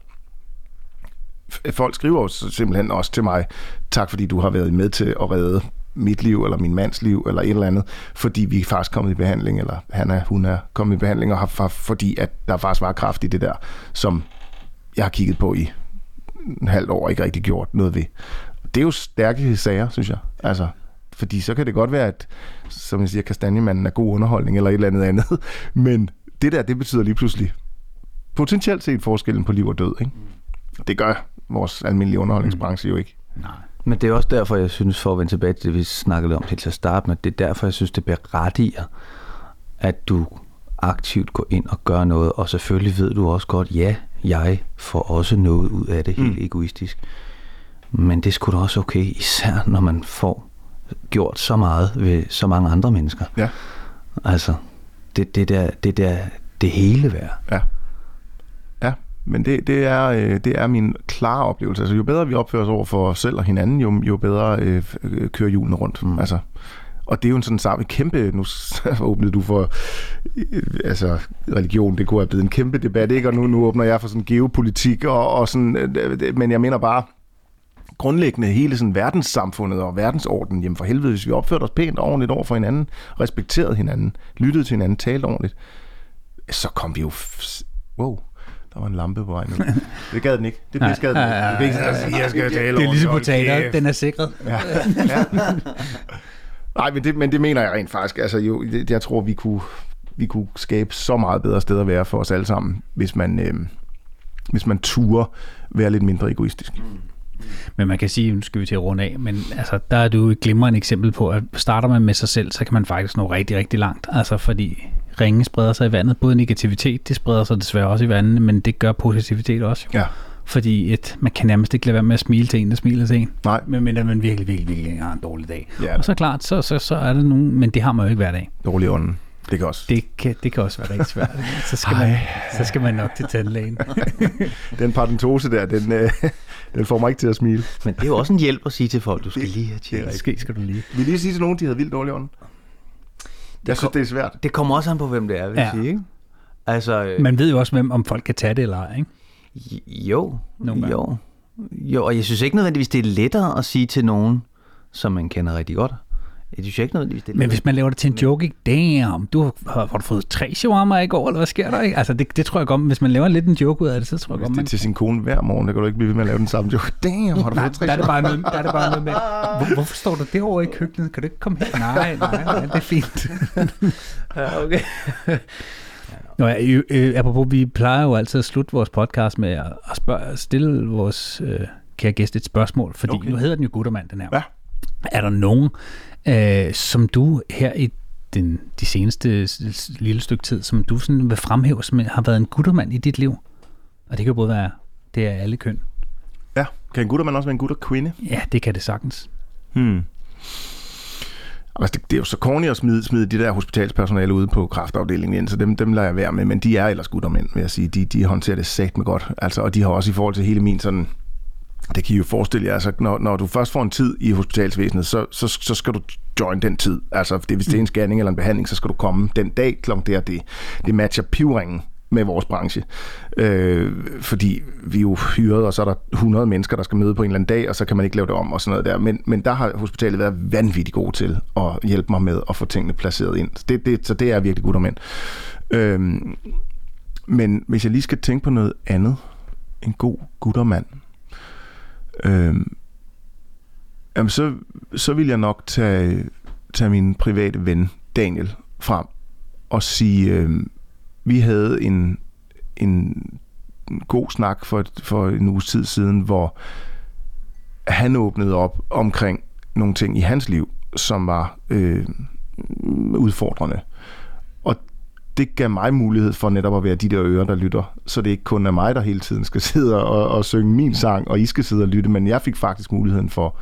folk skriver jo simpelthen også til mig, tak fordi du har været med til at redde mit liv, eller min mands liv, eller et eller andet, fordi vi er faktisk kommet i behandling, eller hun er kommet i behandling, og fordi at der faktisk var kræft i det der, som jeg har kigget på i en halvt år, og ikke rigtig gjort noget ved. Det er jo stærke sager, synes jeg. Altså, fordi så kan det godt være, at, som jeg siger, kastanjemanden er god underholdning, eller et eller andet. Men det betyder lige pludselig potentielt set forskellen på liv og død, ikke? Det gør vores almindelige underholdningsbranche jo ikke. Nej. Men det er også derfor, jeg synes, for at vende tilbage til det, vi snakkede om til at starte med, det er derfor, jeg synes, det berettiger, at du aktivt går ind og gør noget, og selvfølgelig ved du også godt, ja, jeg får også noget ud af det, helt egoistisk. Men det er sgu da også okay, især når man får gjort så meget ved så mange andre mennesker. Ja. Altså, det hele værd. Ja. Ja, men det er min klare oplevelse. Altså, jo bedre vi opfører os over for os selv og hinanden, jo bedre kører hjulene rundt. Altså, og det er jo en sådan sammen kæmpe, nu åbnede du for altså religion, det kunne have blevet en kæmpe debat, ikke? Og nu åbner jeg for sådan geopolitik og sådan, men jeg mener bare, grundlæggende hele sådan verdenssamfundet og verdensordenen, jamen for helvede, hvis vi opførte os pænt og ordentligt over for hinanden, respekterede hinanden, lyttede til hinanden, talte ordentligt, så kom vi jo... Wow, der var en lampe på vej nu. Det gad den ikke. Det blev skadet. Jeg skal tale det er ligesom på teater, den er sikret. Ja. Nej, men det mener jeg rent faktisk. Altså, jeg tror, vi kunne skabe så meget bedre sted at være for os alle sammen, hvis man turde være lidt mindre egoistisk. Men man kan sige, nu skal vi til at runde af, men altså, der er du et glimrende eksempel på, at starter man med sig selv, så kan man faktisk nå rigtig, rigtig langt. Altså fordi ringe spreder sig i vandet. Både negativitet, det spreder sig desværre også i vandet, men det gør positivitet også. Ja. Fordi man kan nærmest ikke lade være med at smile til en, der smiler til en. Nej. Men at man virkelig, virkelig, virkelig har en dårlig dag. Ja. Og så klart, så er det nogen, men det har man jo ikke hver dag. Dårlig ånden. Det kan også. Det kan også være rigtig svært. Så skal man nok til tandlægen. Den paradentose der, den får mig ikke til at smile. Men det er jo også en hjælp at sige til folk, du skal lige have tjekket. Måske skal du lige. Vil lige sige til nogen, de havde vildt dårlig ånd? Jeg synes, det er svært. Det kommer også an på, hvem det er, vil jeg sige, ikke? Altså, man ved jo også, om folk kan tage det eller ej, ikke? Jo, og jeg synes ikke nødvendigvis, det er lettere at sige til nogen, som man kender rigtig godt. Jeg synes ikke nødvendigvis, det er lettere. Men hvis man laver det til en joke, ikke? Damn, har du fået 3 shawarma i går, eller hvad sker der, ikke? Altså, det tror jeg godt, hvis man laver lidt en joke ud af det, så tror jeg godt, man... til sin kone hver morgen, der kan du ikke blive ved med at lave den samme joke. Damn, har du fået 3 shawarma? Der er det bare noget med, hvorfor står du derovre i køkkenet? Kan du ikke komme her? Nej, det er fint. Ja, okay. Nå, apropos, vi plejer jo altid at slutte vores podcast med at stille vores kære gæst et spørgsmål, fordi nu hedder den jo Guttermand, den her. Ja. Er der nogen, som du her i de seneste lille stykke tid, som du sådan vil fremhæve, som har været en guttermand i dit liv? Og det kan jo både være, det er alle køn. Ja, kan en guttermand også være en gutterkvinde? Ja, det kan det sagtens. Altså, det er jo så corny at smide de der hospitalspersonale ude på kræftafdelingen ind, så dem lader jeg være med, men de er ellers guttermænd, vil jeg sige. De håndterer det satme godt. Altså, og de har også i forhold til hele min sådan... Det kan I jo forestille jer, altså, når du først får en tid i hospitalsvæsenet, så skal du join den tid. Altså, hvis det er en scanning eller en behandling, så skal du komme den dag klokken der. Det matcher pivringen med vores branche. Fordi vi er jo hyret, og så er der 100 mennesker, der skal møde på en eller anden dag, og så kan man ikke lave det om og sådan noget der. Men der har hospitalet været vanvittigt gode til at hjælpe mig med at få tingene placeret ind. Så det er virkelig guttermænd. Men hvis jeg lige skal tænke på noget andet, en god guttermand, så vil jeg nok tage min private ven Daniel frem og sige, vi havde en god snak for en uges tid siden, hvor han åbnede op omkring nogle ting i hans liv, som var udfordrende. Og det gav mig mulighed for netop at være de der ører, der lytter, så det ikke kun er mig, der hele tiden skal sidde og synge min sang, og I skal sidde og lytte, men jeg fik faktisk muligheden for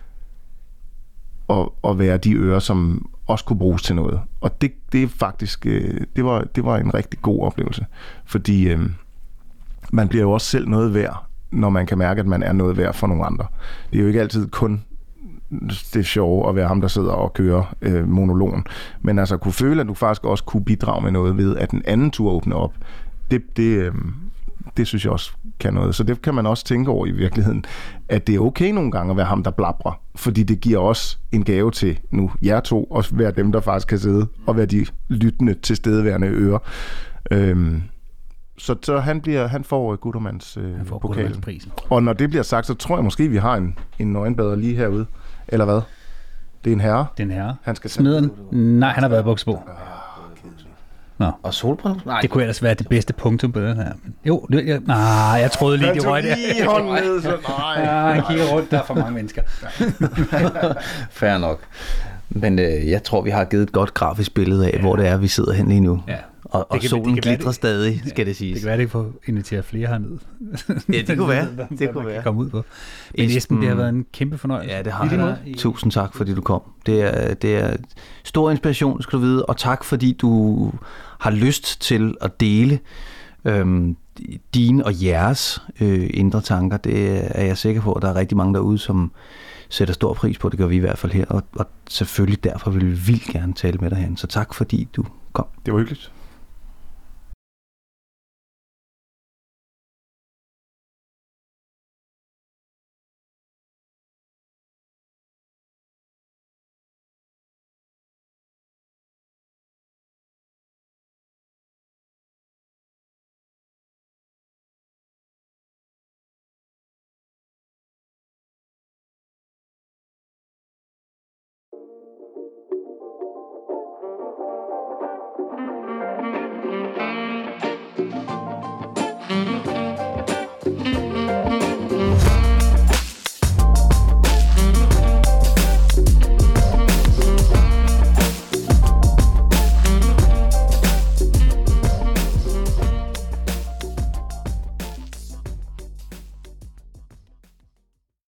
at være de ører, som også kunne bruges til noget. Og det er faktisk, det var en rigtig god oplevelse, fordi man bliver jo også selv noget værd, når man kan mærke, at man er noget værd for nogle andre. Det er jo ikke altid kun det er sjovt at være ham, der sidder og kører monologen. Men altså kunne føle, at du faktisk også kunne bidrage med noget ved, at den anden tur åbner op. Det synes jeg også kan noget. Så det kan man også tænke over i virkeligheden, at det er okay nogle gange at være ham, der blabrer. Fordi det giver også en gave til nu jer to, og være dem, der faktisk kan sidde og være de lyttende, tilstedeværende ører. Så han får Guttermands pokalen. Og når det bliver sagt, så tror jeg måske, vi har en nøgenbader lige herude. Eller hvad? Det er en herre. Det er en herre. Han skal smider den. Nej, han har været bukse på. Nå. Og solbriller? Nej. Det kunne ellers være det bedste punktum på den her. Jo, jeg troede lige, det var det. Han kigger rundt, der er for mange mennesker. Fair nok. Men jeg tror, vi har givet et godt grafisk billede af, hvor det er, vi sidder hen lige nu. Ja. Og solen glitrer stadig, skal det siges. Det kan være, det får invitere flere herned. Ja, det kunne være. Det kunne være. Komme ud på. Men Esben, det har været en kæmpe fornøjelse. Ja, det har det. Tusind tak, fordi du kom. Det er stor inspiration, skal du vide, og tak, fordi du har lyst til at dele dine og jeres indre tanker. Det er jeg sikker på, at der er rigtig mange derude, som sætter stor pris på. Det gør vi i hvert fald her, og selvfølgelig derfor vil vi vildt gerne tale med dig herinde. Så tak, fordi du kom. Det var hyggeligt.